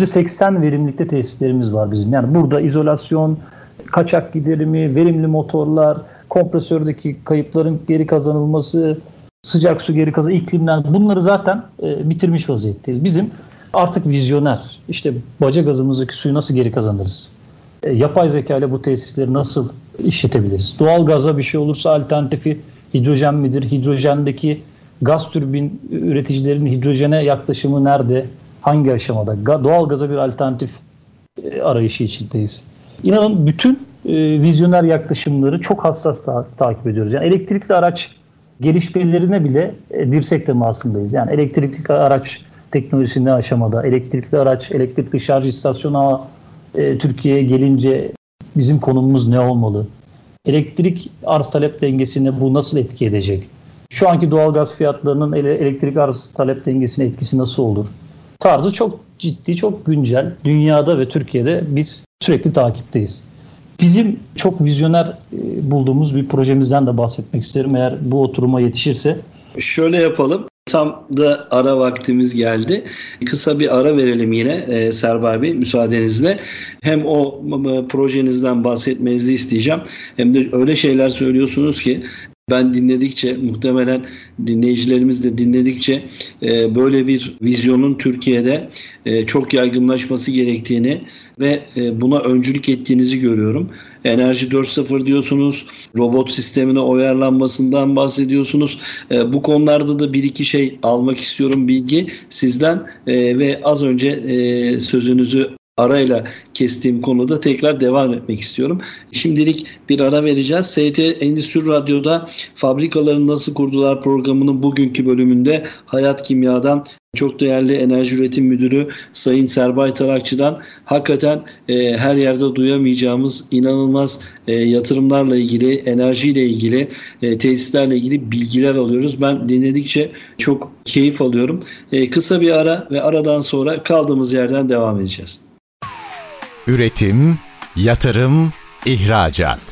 %80 verimlilikte tesislerimiz var bizim. Yani burada izolasyon, kaçak giderimi, verimli motorlar, kompresördeki kayıpların geri kazanılması, sıcak su geri kazanılması, iklimler, bunları zaten bitirmiş vaziyetteyiz. Bizim artık vizyoner, işte baca gazımızdaki suyu nasıl geri kazanırız? Yapay zeka ile bu tesisleri nasıl işletebiliriz? Doğal gaza bir şey olursa alternatifi hidrojen midir? Hidrojendeki gaz türbin üreticilerin hidrojene yaklaşımı nerede? Hangi aşamada? Doğal gaza bir alternatif arayışı içindeyiz. İnanın bütün vizyoner yaklaşımları çok hassas takip ediyoruz. Yani elektrikli araç gelişmelerine bile dirsek temasındayız. Yani elektrikli araç teknolojisi ne aşamada? Elektrikli araç, elektrikli şarj istasyonu Türkiye'ye gelince bizim konumumuz ne olmalı? Elektrik arz talep dengesine bu nasıl etki edecek? Şu anki doğalgaz fiyatlarının elektrik arz talep dengesine etkisi nasıl olur? Tarzı çok ciddi, çok güncel. Dünyada ve Türkiye'de biz sürekli takipteyiz. Bizim çok vizyoner bulduğumuz bir projemizden de bahsetmek isterim eğer bu oturuma yetişirse. Şöyle yapalım. Tam da ara vaktimiz geldi. Kısa bir ara verelim yine Serbay Bey müsaadenizle. Hem o projenizden bahsetmenizi isteyeceğim. Hem de öyle şeyler söylüyorsunuz ki ben dinledikçe, muhtemelen dinleyicilerimiz de dinledikçe böyle bir vizyonun Türkiye'de çok yaygınlaşması gerektiğini ve buna öncülük ettiğinizi görüyorum. Enerji 4.0 diyorsunuz, robot sistemine uyarlanmasından bahsediyorsunuz. Bu konularda da bir iki şey almak istiyorum, bilgi sizden ve az önce sözünüzü arayla kestiğim konuda tekrar devam etmek istiyorum. Şimdilik bir ara vereceğiz. ST Endüstri Radyo'da Fabrikaları Nasıl Kurdular programının bugünkü bölümünde Hayat Kimya'dan çok değerli Enerji Üretim Müdürü Sayın Serbay Tarakçı'dan hakikaten her yerde duyamayacağımız inanılmaz yatırımlarla ilgili, enerjiyle ilgili, tesislerle ilgili bilgiler alıyoruz. Ben dinledikçe çok keyif alıyorum. Kısa bir ara ve aradan sonra kaldığımız yerden devam edeceğiz. Üretim, yatırım, ihracat.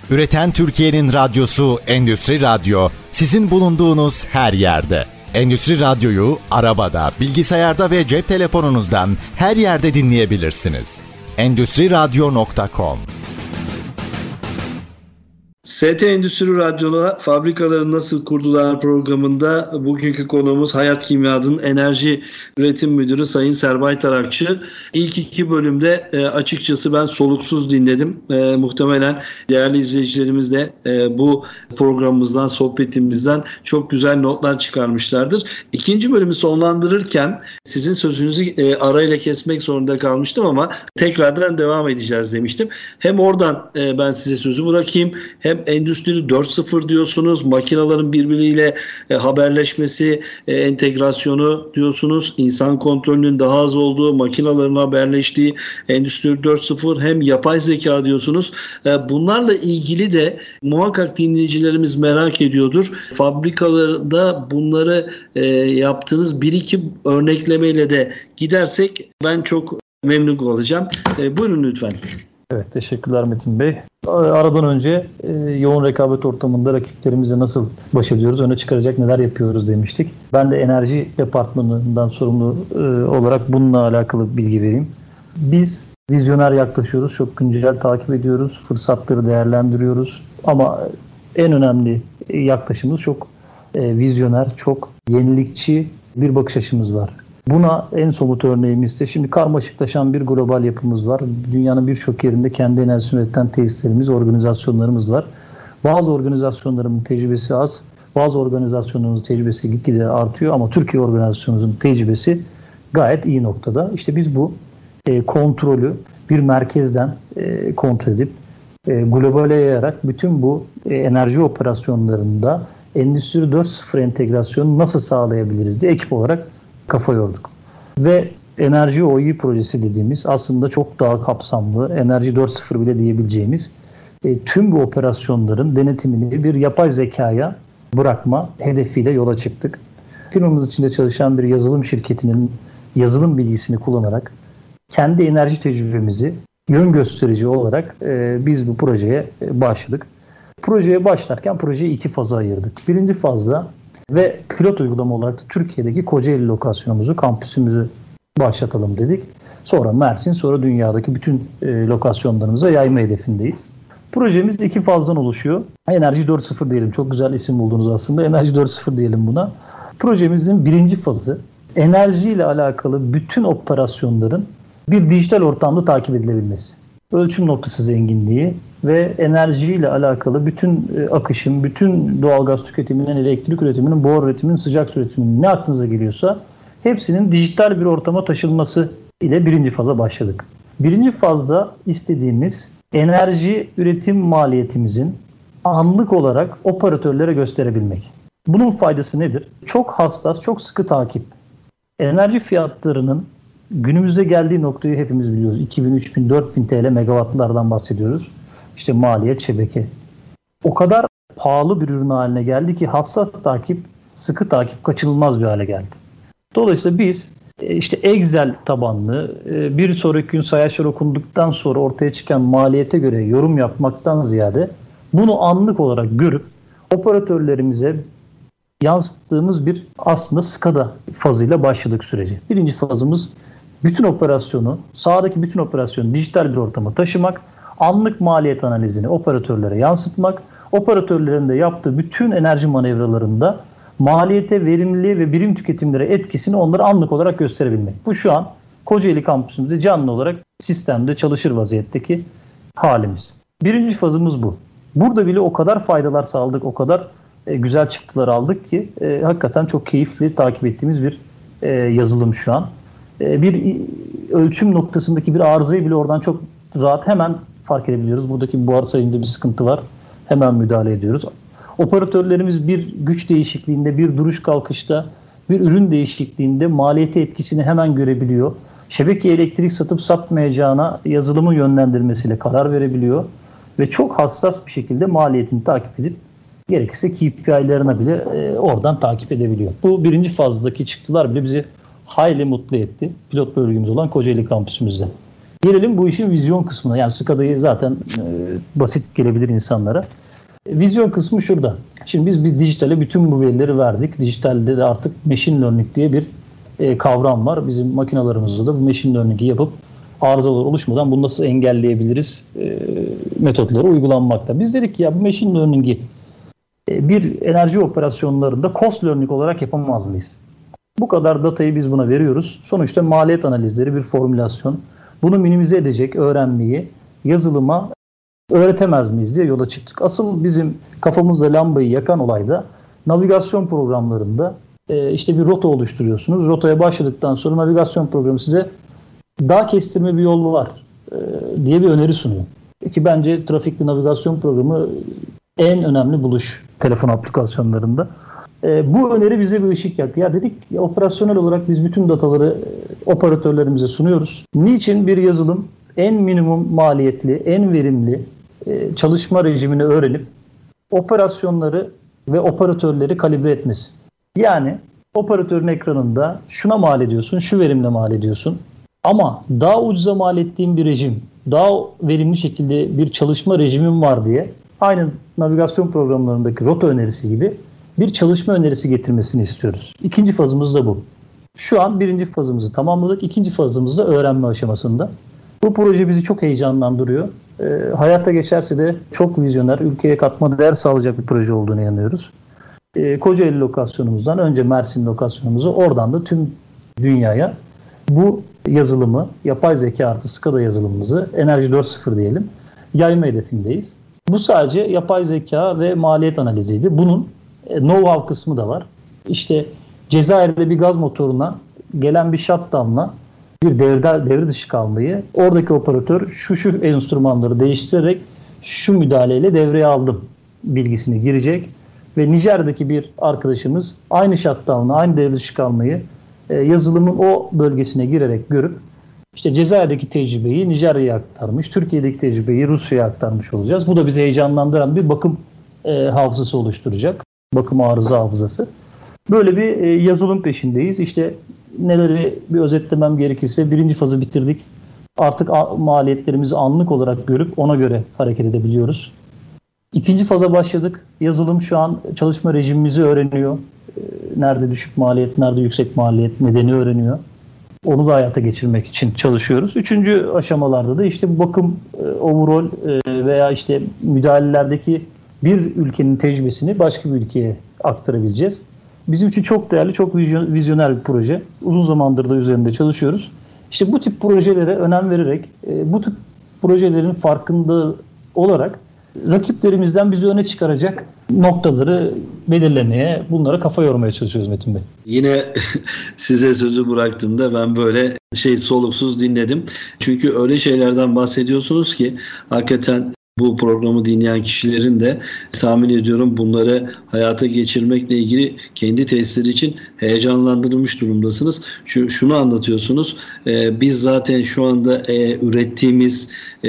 Üreten Türkiye'nin radyosu Endüstri Radyo, sizin bulunduğunuz her yerde. Endüstri Radyo'yu arabada, bilgisayarda ve cep telefonunuzdan her yerde dinleyebilirsiniz. Endüstriradyo.com. ST Endüstri Radyo'da Fabrikaları Nasıl Kurdular programında bugünkü konuğumuz Hayat Kimya'nın Enerji Üretim Müdürü Sayın Serbay Tarakçı. İlk iki bölümde açıkçası ben soluksuz dinledim. Muhtemelen değerli izleyicilerimiz de bu programımızdan, sohbetimizden çok güzel notlar çıkarmışlardır. İkinci bölümü sonlandırırken sizin sözünüzü arayla kesmek zorunda kalmıştım ama tekrardan devam edeceğiz demiştim. Hem oradan ben size sözü bırakayım, hem Endüstri 4.0 diyorsunuz, makinelerin birbiriyle haberleşmesi, entegrasyonu diyorsunuz, insan kontrolünün daha az olduğu, makinelerin haberleştiği Endüstri 4.0, hem yapay zeka diyorsunuz. Bunlarla ilgili de muhakkak dinleyicilerimiz merak ediyordur. Fabrikalarda bunları yaptığınız bir iki örneklemeyle de gidersek ben çok memnun olacağım. Buyurun lütfen. Evet, teşekkürler Metin Bey. Aradan önce yoğun rekabet ortamında rakiplerimizle nasıl baş ediyoruz, öne çıkaracak neler yapıyoruz demiştik. Ben de enerji departmanından sorumlu olarak bununla alakalı bilgi vereyim. Biz vizyoner yaklaşıyoruz, çok güncel takip ediyoruz, fırsatları değerlendiriyoruz. Ama en önemli yaklaşımımız çok vizyoner, çok yenilikçi bir bakış açımız var. Buna en somut örneğimiz ise şimdi karmaşıklaşan bir global yapımız var. Dünyanın birçok yerinde kendi enerjisini üreten tesislerimiz, organizasyonlarımız var. Bazı organizasyonların tecrübesi az, bazı organizasyonlarımızın tecrübesi gitgide artıyor ama Türkiye organizasyonumuzun tecrübesi gayet iyi noktada. İşte biz bu kontrolü bir merkezden kontrol edip globale yayarak bütün bu enerji operasyonlarında Endüstri 4.0 entegrasyonu nasıl sağlayabiliriz diye ekip olarak kafa yorduk. Ve Enerji OI projesi dediğimiz aslında çok daha kapsamlı, Enerji 4.0 bile diyebileceğimiz tüm bu operasyonların denetimini bir yapay zekaya bırakma hedefiyle yola çıktık. Firmamız içinde çalışan bir yazılım şirketinin yazılım bilgisini kullanarak kendi enerji tecrübemizi yön gösterici olarak biz bu projeye başladık. Projeye başlarken projeyi iki faza ayırdık. Birinci fazda ve pilot uygulama olarak da Türkiye'deki Kocaeli lokasyonumuzu, kampüsümüzü başlatalım dedik. Sonra Mersin, sonra dünyadaki bütün lokasyonlarımıza yayma hedefindeyiz. Projemiz iki fazdan oluşuyor. Enerji 4.0 diyelim. Çok güzel isim buldunuz aslında. Enerji 4.0 diyelim buna. Projemizin birinci fazı enerjiyle alakalı bütün operasyonların bir dijital ortamda takip edilebilmesi. Ölçüm noktası zenginliği ve enerjiyle alakalı bütün akışın, bütün doğalgaz tüketiminin, elektrik üretiminin, buhar üretiminin, sıcak su üretiminin ne aklınıza geliyorsa hepsinin dijital bir ortama taşınması ile birinci faza başladık. Birinci fazda istediğimiz enerji üretim maliyetimizin anlık olarak operatörlere gösterebilmek. Bunun faydası nedir? Çok hassas, çok sıkı takip. Enerji fiyatlarının günümüzde geldiği noktayı hepimiz biliyoruz. 2000, 3000, 4000 TL megawattlardan bahsediyoruz. İşte maliyet, şebeke. O kadar pahalı bir ürün haline geldi ki hassas takip, sıkı takip kaçınılmaz bir hale geldi. Dolayısıyla biz işte Excel tabanlı bir sonraki gün sayaçlar okunduktan sonra ortaya çıkan maliyete göre yorum yapmaktan ziyade bunu anlık olarak görüp operatörlerimize yansıttığımız bir aslında SCADA fazıyla başladık süreci. Birinci fazımız bütün operasyonu, sahadaki bütün operasyonu dijital bir ortama taşımak, anlık maliyet analizini operatörlere yansıtmak, operatörlerin de yaptığı bütün enerji manevralarında maliyete, verimliliğe ve birim tüketimlere etkisini onlara anlık olarak gösterebilmek. Bu şu an Kocaeli kampüsümüzde canlı olarak sistemde çalışır vaziyetteki halimiz. Birinci fazımız bu. Burada bile o kadar faydalar sağladık, o kadar güzel çıktılar aldık ki hakikaten çok keyifli takip ettiğimiz bir yazılım şu an. Bir ölçüm noktasındaki bir arızayı bile oradan çok rahat hemen fark edebiliyoruz. Buradaki buhar sayımında bir sıkıntı var. Hemen müdahale ediyoruz. Operatörlerimiz bir güç değişikliğinde, bir duruş kalkışta, bir ürün değişikliğinde maliyete etkisini hemen görebiliyor. Şebekeye elektrik satıp satmayacağına yazılımın yönlendirmesiyle karar verebiliyor. Ve çok hassas bir şekilde maliyetini takip edip gerekirse KPI'lerine bile oradan takip edebiliyor. Bu birinci fazdaki çıktılar bile bizi hayli mutlu etti. Pilot bölgemiz olan Kocaeli kampüsümüzde. Gelelim bu işin vizyon kısmına. Yani SCADA'yı zaten basit gelebilir insanlara. Vizyon kısmı şurada. Şimdi biz dijitale bütün bu verileri verdik. Dijitalde de artık machine learning diye bir kavram var. Bizim makinalarımızda da bu machine learning'i yapıp arızalar oluşmadan bunu nasıl engelleyebiliriz metotları uygulanmakta. Biz dedik ki ya bu machine learning'i bir enerji operasyonlarında cost learning olarak yapamaz mıyız? Bu kadar datayı biz buna veriyoruz. Sonuçta maliyet analizleri bir formülasyon. Bunu minimize edecek öğrenmeyi yazılıma öğretemez miyiz diye yola çıktık. Asıl bizim kafamızda lambayı yakan olayda navigasyon programlarında işte bir rota oluşturuyorsunuz. Rotaya başladıktan sonra navigasyon programı size daha kestirme bir yol var diye bir öneri sunuyor. Ki bence trafikli navigasyon programı en önemli buluş telefon aplikasyonlarında. Bu öneri bize bir ışık yaktı. Ya dedik ya, operasyonel olarak biz bütün dataları operatörlerimize sunuyoruz. Niçin bir yazılım en minimum maliyetli, en verimli çalışma rejimini öğrenip operasyonları ve operatörleri kalibre etmesi? Yani operatörün ekranında şuna mal ediyorsun, şu verimle mal ediyorsun. Ama daha ucuza mal ettiğin bir rejim, daha verimli şekilde bir çalışma rejimim var diye aynı navigasyon programlarındaki rota önerisi gibi bir çalışma önerisi getirmesini istiyoruz. İkinci fazımız da bu. Şu an birinci fazımızı tamamladık. İkinci fazımız da öğrenme aşamasında. Bu proje bizi çok heyecanlandırıyor. Hayata geçerse de çok vizyoner, ülkeye katma değer sağlayacak bir proje olduğunu inanıyoruz. Kocaeli lokasyonumuzdan önce Mersin lokasyonumuzu, oradan da tüm dünyaya bu yazılımı, yapay zeka artı SCADA yazılımımızı, Enerji 4.0 diyelim, yayma hedefindeyiz. Bu sadece yapay zeka ve maliyet analiziydi. Bunun know-how kısmı da var. İşte Cezayir'de bir gaz motoruna gelen bir shutdown'la bir devre dışı kalmayı oradaki operatör şu enstrümanları değiştirerek şu müdahaleyle devreye aldım bilgisini girecek ve Nijer'deki bir arkadaşımız aynı shutdown'la aynı devre dışı kalmayı yazılımın o bölgesine girerek görüp işte Cezayir'deki tecrübeyi Nijerya'ya aktarmış, Türkiye'deki tecrübeyi Rusya'ya aktarmış olacağız. Bu da bizi heyecanlandıran bir bakım hafızası oluşturacak. Bakım arıza hafızası. Böyle bir yazılım peşindeyiz. İşte neleri bir özetlemem gerekirse birinci fazı bitirdik. Artık maliyetlerimizi anlık olarak görüp ona göre hareket edebiliyoruz. İkinci faza başladık. Yazılım şu an çalışma rejimimizi öğreniyor. Nerede düşük maliyet, nerede yüksek maliyet nedeni öğreniyor. Onu da hayata geçirmek için çalışıyoruz. Üçüncü aşamalarda da işte bakım overall veya işte müdahalelerdeki bir ülkenin tecrübesini başka bir ülkeye aktarabileceğiz. Bizim için çok değerli, çok vizyoner bir proje. Uzun zamandır da üzerinde çalışıyoruz. İşte bu tip projelere önem vererek, bu tip projelerin farkında olarak rakiplerimizden bizi öne çıkaracak noktaları belirlemeye, bunlara kafa yormaya çalışıyoruz Metin Bey. Yine size sözü bıraktığımda ben böyle soluksuz dinledim. Çünkü öyle şeylerden bahsediyorsunuz ki hakikaten bu programı dinleyen kişilerin de tahmin ediyorum bunları hayata geçirmekle ilgili kendi testleri için heyecanlandırılmış durumdasınız. Şunu anlatıyorsunuz. Biz zaten şu anda ürettiğimiz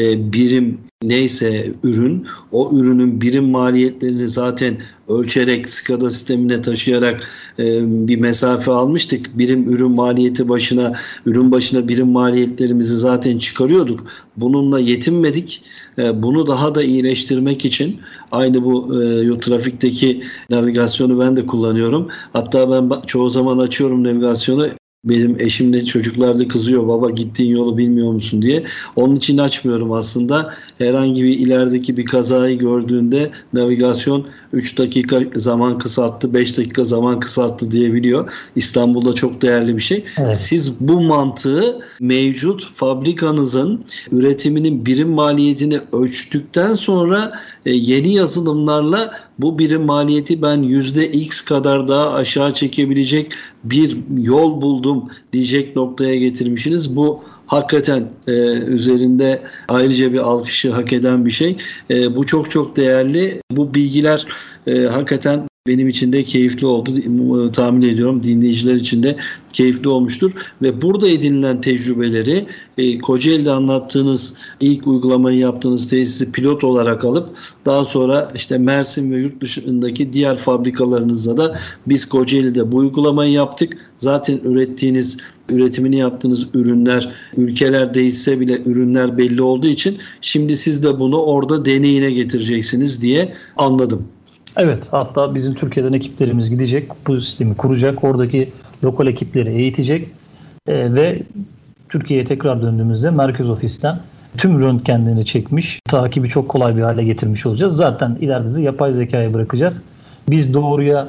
birim neyse ürün, o ürünün birim maliyetlerini zaten ölçerek SCADA sistemine taşıyarak bir mesafe almıştık. Birim ürün maliyeti başına, ürün başına birim maliyetlerimizi zaten çıkarıyorduk. Bununla yetinmedik. Bunu daha da iyileştirmek için aynı bu trafikteki navigasyonu ben de kullanıyorum. Hatta ben çoğu zaman açıyorum navigasyonu. Benim eşimle çocuklar da kızıyor, baba gittiğin yolu bilmiyor musun diye. Onun için açmıyorum aslında. Herhangi bir ilerideki bir kazayı gördüğünde navigasyon 3 dakika zaman kısalttı, 5 dakika zaman kısalttı diyebiliyor. İstanbul'da çok değerli bir şey. Evet. Siz bu mantığı mevcut fabrikanızın üretiminin birim maliyetini ölçtükten sonra yeni yazılımlarla bu birim maliyeti ben %X kadar daha aşağı çekebilecek bir yol buldum diyecek noktaya getirmişsiniz. Bu hakikaten üzerinde ayrıca bir alkışı hak eden bir şey. Bu çok çok değerli. Bu bilgiler hakikaten Benim için de keyifli oldu. Tahmin ediyorum dinleyiciler için de keyifli olmuştur. Ve burada edinilen tecrübeleri Kocaeli'de anlattığınız ilk uygulamayı yaptığınız tesisi pilot olarak alıp daha sonra işte Mersin ve yurt dışındaki diğer fabrikalarınızda da biz Kocaeli'de bu uygulamayı yaptık. Zaten üretimini yaptığınız ürünler ülkeler değişse bile ürünler belli olduğu için şimdi siz de bunu orada deneyine getireceksiniz diye anladım. Evet, hatta bizim Türkiye'den ekiplerimiz gidecek, bu sistemi kuracak, oradaki lokal ekipleri eğitecek ve Türkiye'ye tekrar döndüğümüzde merkez ofisten tüm röntgenlerini çekmiş, takibi çok kolay bir hale getirmiş olacağız. Zaten ileride de yapay zekaya bırakacağız. Biz doğruya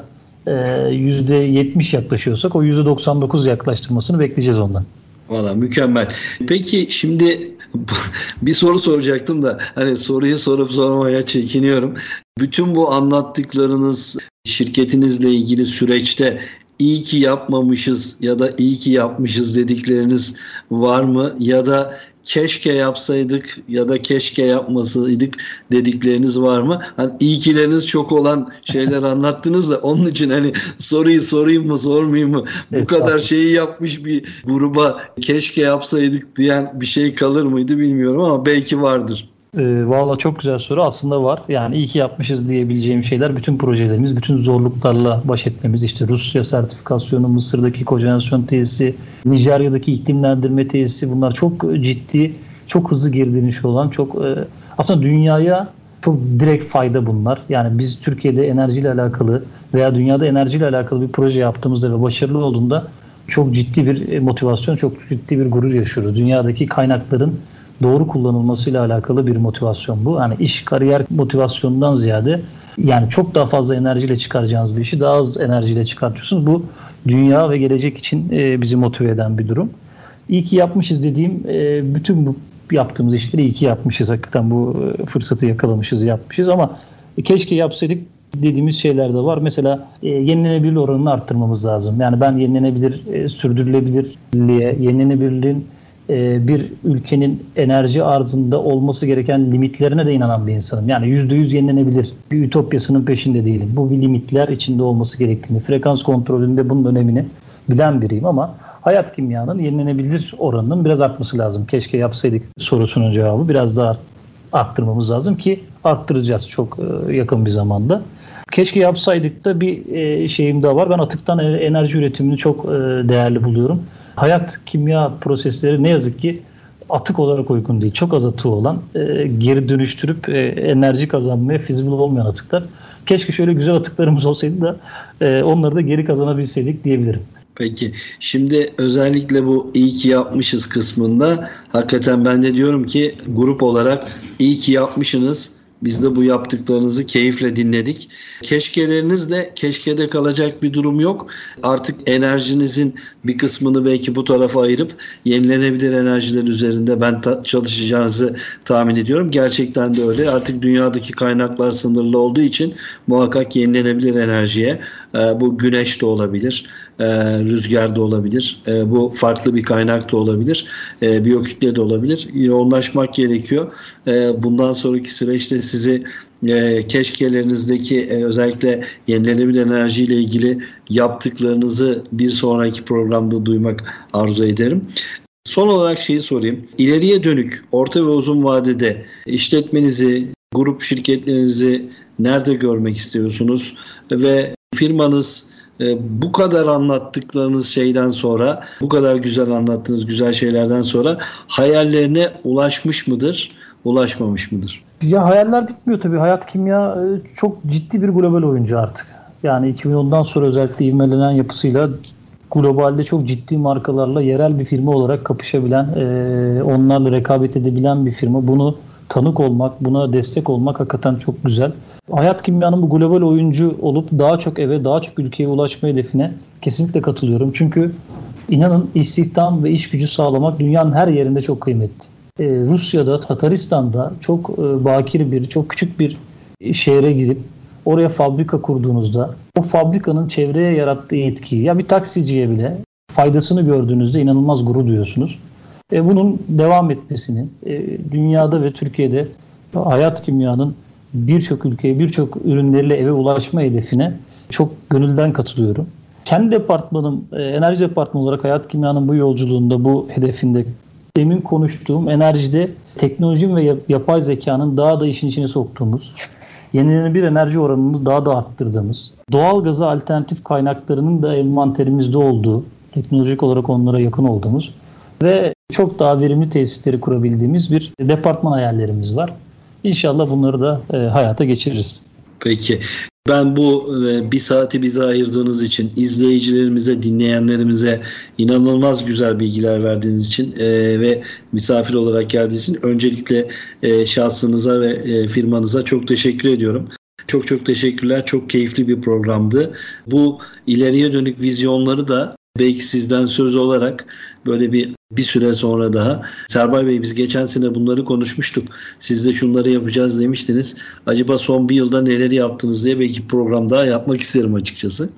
%70 yaklaşıyorsak o %99 yaklaştırmasını bekleyeceğiz ondan. Valla mükemmel. Peki şimdi bir soru soracaktım da hani soruyu sorup sormaya çekiniyorum. Bütün bu anlattıklarınız şirketinizle ilgili süreçte iyi ki yapmamışız ya da iyi ki yapmışız dedikleriniz var mı? Ya da keşke yapsaydık ya da keşke yapmasaydık dedikleriniz var mı? Hani iyi kileriniz çok olan şeyler anlattınız da onun için hani soruyu sorayım mı sormayayım mı? Bu kadar şeyi yapmış bir gruba keşke yapsaydık diyen bir şey kalır mıydı bilmiyorum ama belki vardır. Valla çok güzel soru. Aslında var. Yani iyi ki yapmışız diyebileceğim şeyler bütün projelerimiz, bütün zorluklarla baş etmemiz. İşte Rusya sertifikasyonu, Mısır'daki kojenerasyon tesisi, Nijerya'daki iklimlendirme tesisi bunlar çok ciddi, çok hızlı geri dönüşü olan aslında dünyaya çok direkt fayda bunlar. Yani biz Türkiye'de enerjiyle alakalı veya dünyada enerjiyle alakalı bir proje yaptığımızda ve başarılı olduğunda çok ciddi bir motivasyon, çok ciddi bir gurur yaşıyoruz. Dünyadaki kaynakların doğru kullanılmasıyla alakalı bir motivasyon bu. Yani iş, kariyer motivasyonundan ziyade yani çok daha fazla enerjiyle çıkaracağınız bir işi daha az enerjiyle çıkartıyorsunuz. Bu dünya ve gelecek için bizi motive eden bir durum. İyi ki yapmışız dediğim bütün bu yaptığımız işleri iyi ki yapmışız. Hakikaten bu fırsatı yakalamışız, yapmışız ama keşke yapsaydık dediğimiz şeyler de var. Mesela yenilenebilir oranını arttırmamız lazım. Yani ben sürdürülebilirliğe, yenilenebilirliğin bir ülkenin enerji arzında olması gereken limitlerine de inanan bir insanım. Yani %100 yenilenebilir bir ütopyasının peşinde değilim. Bu bir limitler içinde olması gerektiğini, frekans kontrolünde bunun önemini bilen biriyim ama hayat kimyanın yenilenebilir oranının biraz artması lazım. Keşke yapsaydık sorusunun cevabı biraz daha arttırmamız lazım ki arttıracağız çok yakın bir zamanda. Keşke yapsaydık da bir şeyim daha var. Ben atıktan enerji üretimini çok değerli buluyorum. Hayat kimya prosesleri ne yazık ki atık olarak uygun değil. Çok az atığı olan, geri dönüştürüp enerji kazanmaya fizibil olmayan atıklar. Keşke şöyle güzel atıklarımız olsaydı da onları da geri kazanabilseydik diyebilirim. Peki şimdi özellikle bu iyi ki yapmışız kısmında hakikaten ben de diyorum ki grup olarak iyi ki yapmışsınız. Biz de bu yaptıklarınızı keyifle dinledik. Keşkede kalacak bir durum yok. Artık enerjinizin bir kısmını belki bu tarafa ayırıp yenilenebilir enerjiler üzerinde ben çalışacağınızı tahmin ediyorum. Gerçekten de öyle. Artık dünyadaki kaynaklar sınırlı olduğu için muhakkak yenilenebilir enerjiye, bu güneş de olabilir, rüzgar da olabilir, bu farklı bir kaynak da olabilir, biyokütle de olabilir. Yoğunlaşmak gerekiyor. Bundan sonraki süreçte sizi keşkelerinizdeki özellikle yenilenebilir enerjiyle ilgili yaptıklarınızı bir sonraki programda duymak arzu ederim. Son olarak şeyi sorayım. İleriye dönük, orta ve uzun vadede işletmenizi, grup şirketlerinizi nerede görmek istiyorsunuz? Ve firmanız bu kadar anlattıklarınız şeyden sonra, bu kadar güzel anlattığınız güzel şeylerden sonra hayallerine ulaşmış mıdır, ulaşmamış mıdır? Ya hayaller bitmiyor tabii. Hayat Kimya çok ciddi bir global oyuncu artık. Yani 2010'dan sonra özellikle ivmelenen yapısıyla globalde çok ciddi markalarla yerel bir firma olarak kapışabilen, onlarla rekabet edebilen bir firma. Bunu tanık olmak, buna destek olmak hakikaten çok güzel. Hayat Kimya'nın bu global oyuncu olup daha çok eve, daha çok ülkeye ulaşma hedefine kesinlikle katılıyorum. Çünkü inanın istihdam ve iş gücü sağlamak dünyanın her yerinde çok kıymetli. Rusya'da, Tataristan'da çok bakir çok küçük bir şehre girip oraya fabrika kurduğunuzda o fabrikanın çevreye yarattığı etkiyi ya bir taksiciye bile faydasını gördüğünüzde inanılmaz gurur duyuyorsunuz. Bunun devam etmesini dünyada ve Türkiye'de Hayat Kimya'nın birçok ülkeye, birçok ürünleriyle eve ulaşma hedefine çok gönülden katılıyorum. Kendi departmanım, enerji departmanı olarak Hayat Kimya'nın bu yolculuğunda, bu hedefinde demin konuştuğum enerjide teknolojinin ve yapay zekanın daha da işin içine soktuğumuz, yenilenebilir enerji oranını daha da arttırdığımız, doğal gaza alternatif kaynaklarının da envanterimizde olduğu, teknolojik olarak onlara yakın olduğumuz ve çok daha verimli tesisleri kurabildiğimiz bir departman hayallerimiz var. İnşallah bunları da hayata geçiririz. Peki. Ben bu bir saati bize ayırdığınız için, izleyicilerimize, dinleyenlerimize inanılmaz güzel bilgiler verdiğiniz için ve misafir olarak geldiğiniz için öncelikle şahsınıza ve firmanıza çok teşekkür ediyorum. Çok çok teşekkürler. Çok keyifli bir programdı. Bu ileriye dönük vizyonları da belki sizden söz olarak böyle bir süre sonra daha. Serbay Bey, biz geçen sene bunları konuşmuştuk. Siz de şunları yapacağız demiştiniz. Acaba son bir yılda neleri yaptınız diye belki program daha yapmak isterim açıkçası.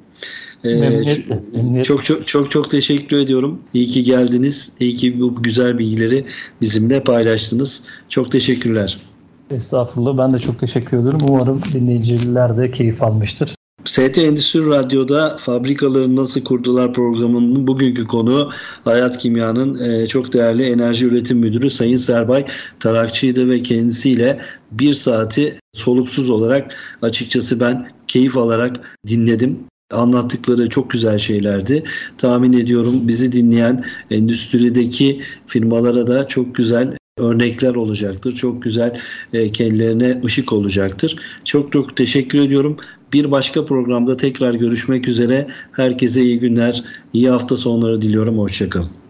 Çok teşekkür ediyorum. İyi ki geldiniz. İyi ki bu güzel bilgileri bizimle paylaştınız. Çok teşekkürler. Estağfurullah. Ben de çok teşekkür ederim. Umarım dinleyiciler de keyif almıştır. ST Endüstri Radyo'da Fabrikaları Nasıl Kurdular programının bugünkü konuğu Hayat Kimya'nın çok değerli enerji üretim müdürü Sayın Serbay Tarakçı'ydı ve kendisiyle bir saati soluksuz olarak açıkçası ben keyif alarak dinledim. Anlattıkları çok güzel şeylerdi. Tahmin ediyorum bizi dinleyen endüstrideki firmalara da çok güzel örnekler olacaktır. Çok güzel kendilerine ışık olacaktır. Çok çok teşekkür ediyorum. Bir başka programda tekrar görüşmek üzere. Herkese iyi günler, iyi hafta sonları diliyorum. Hoşça kalın.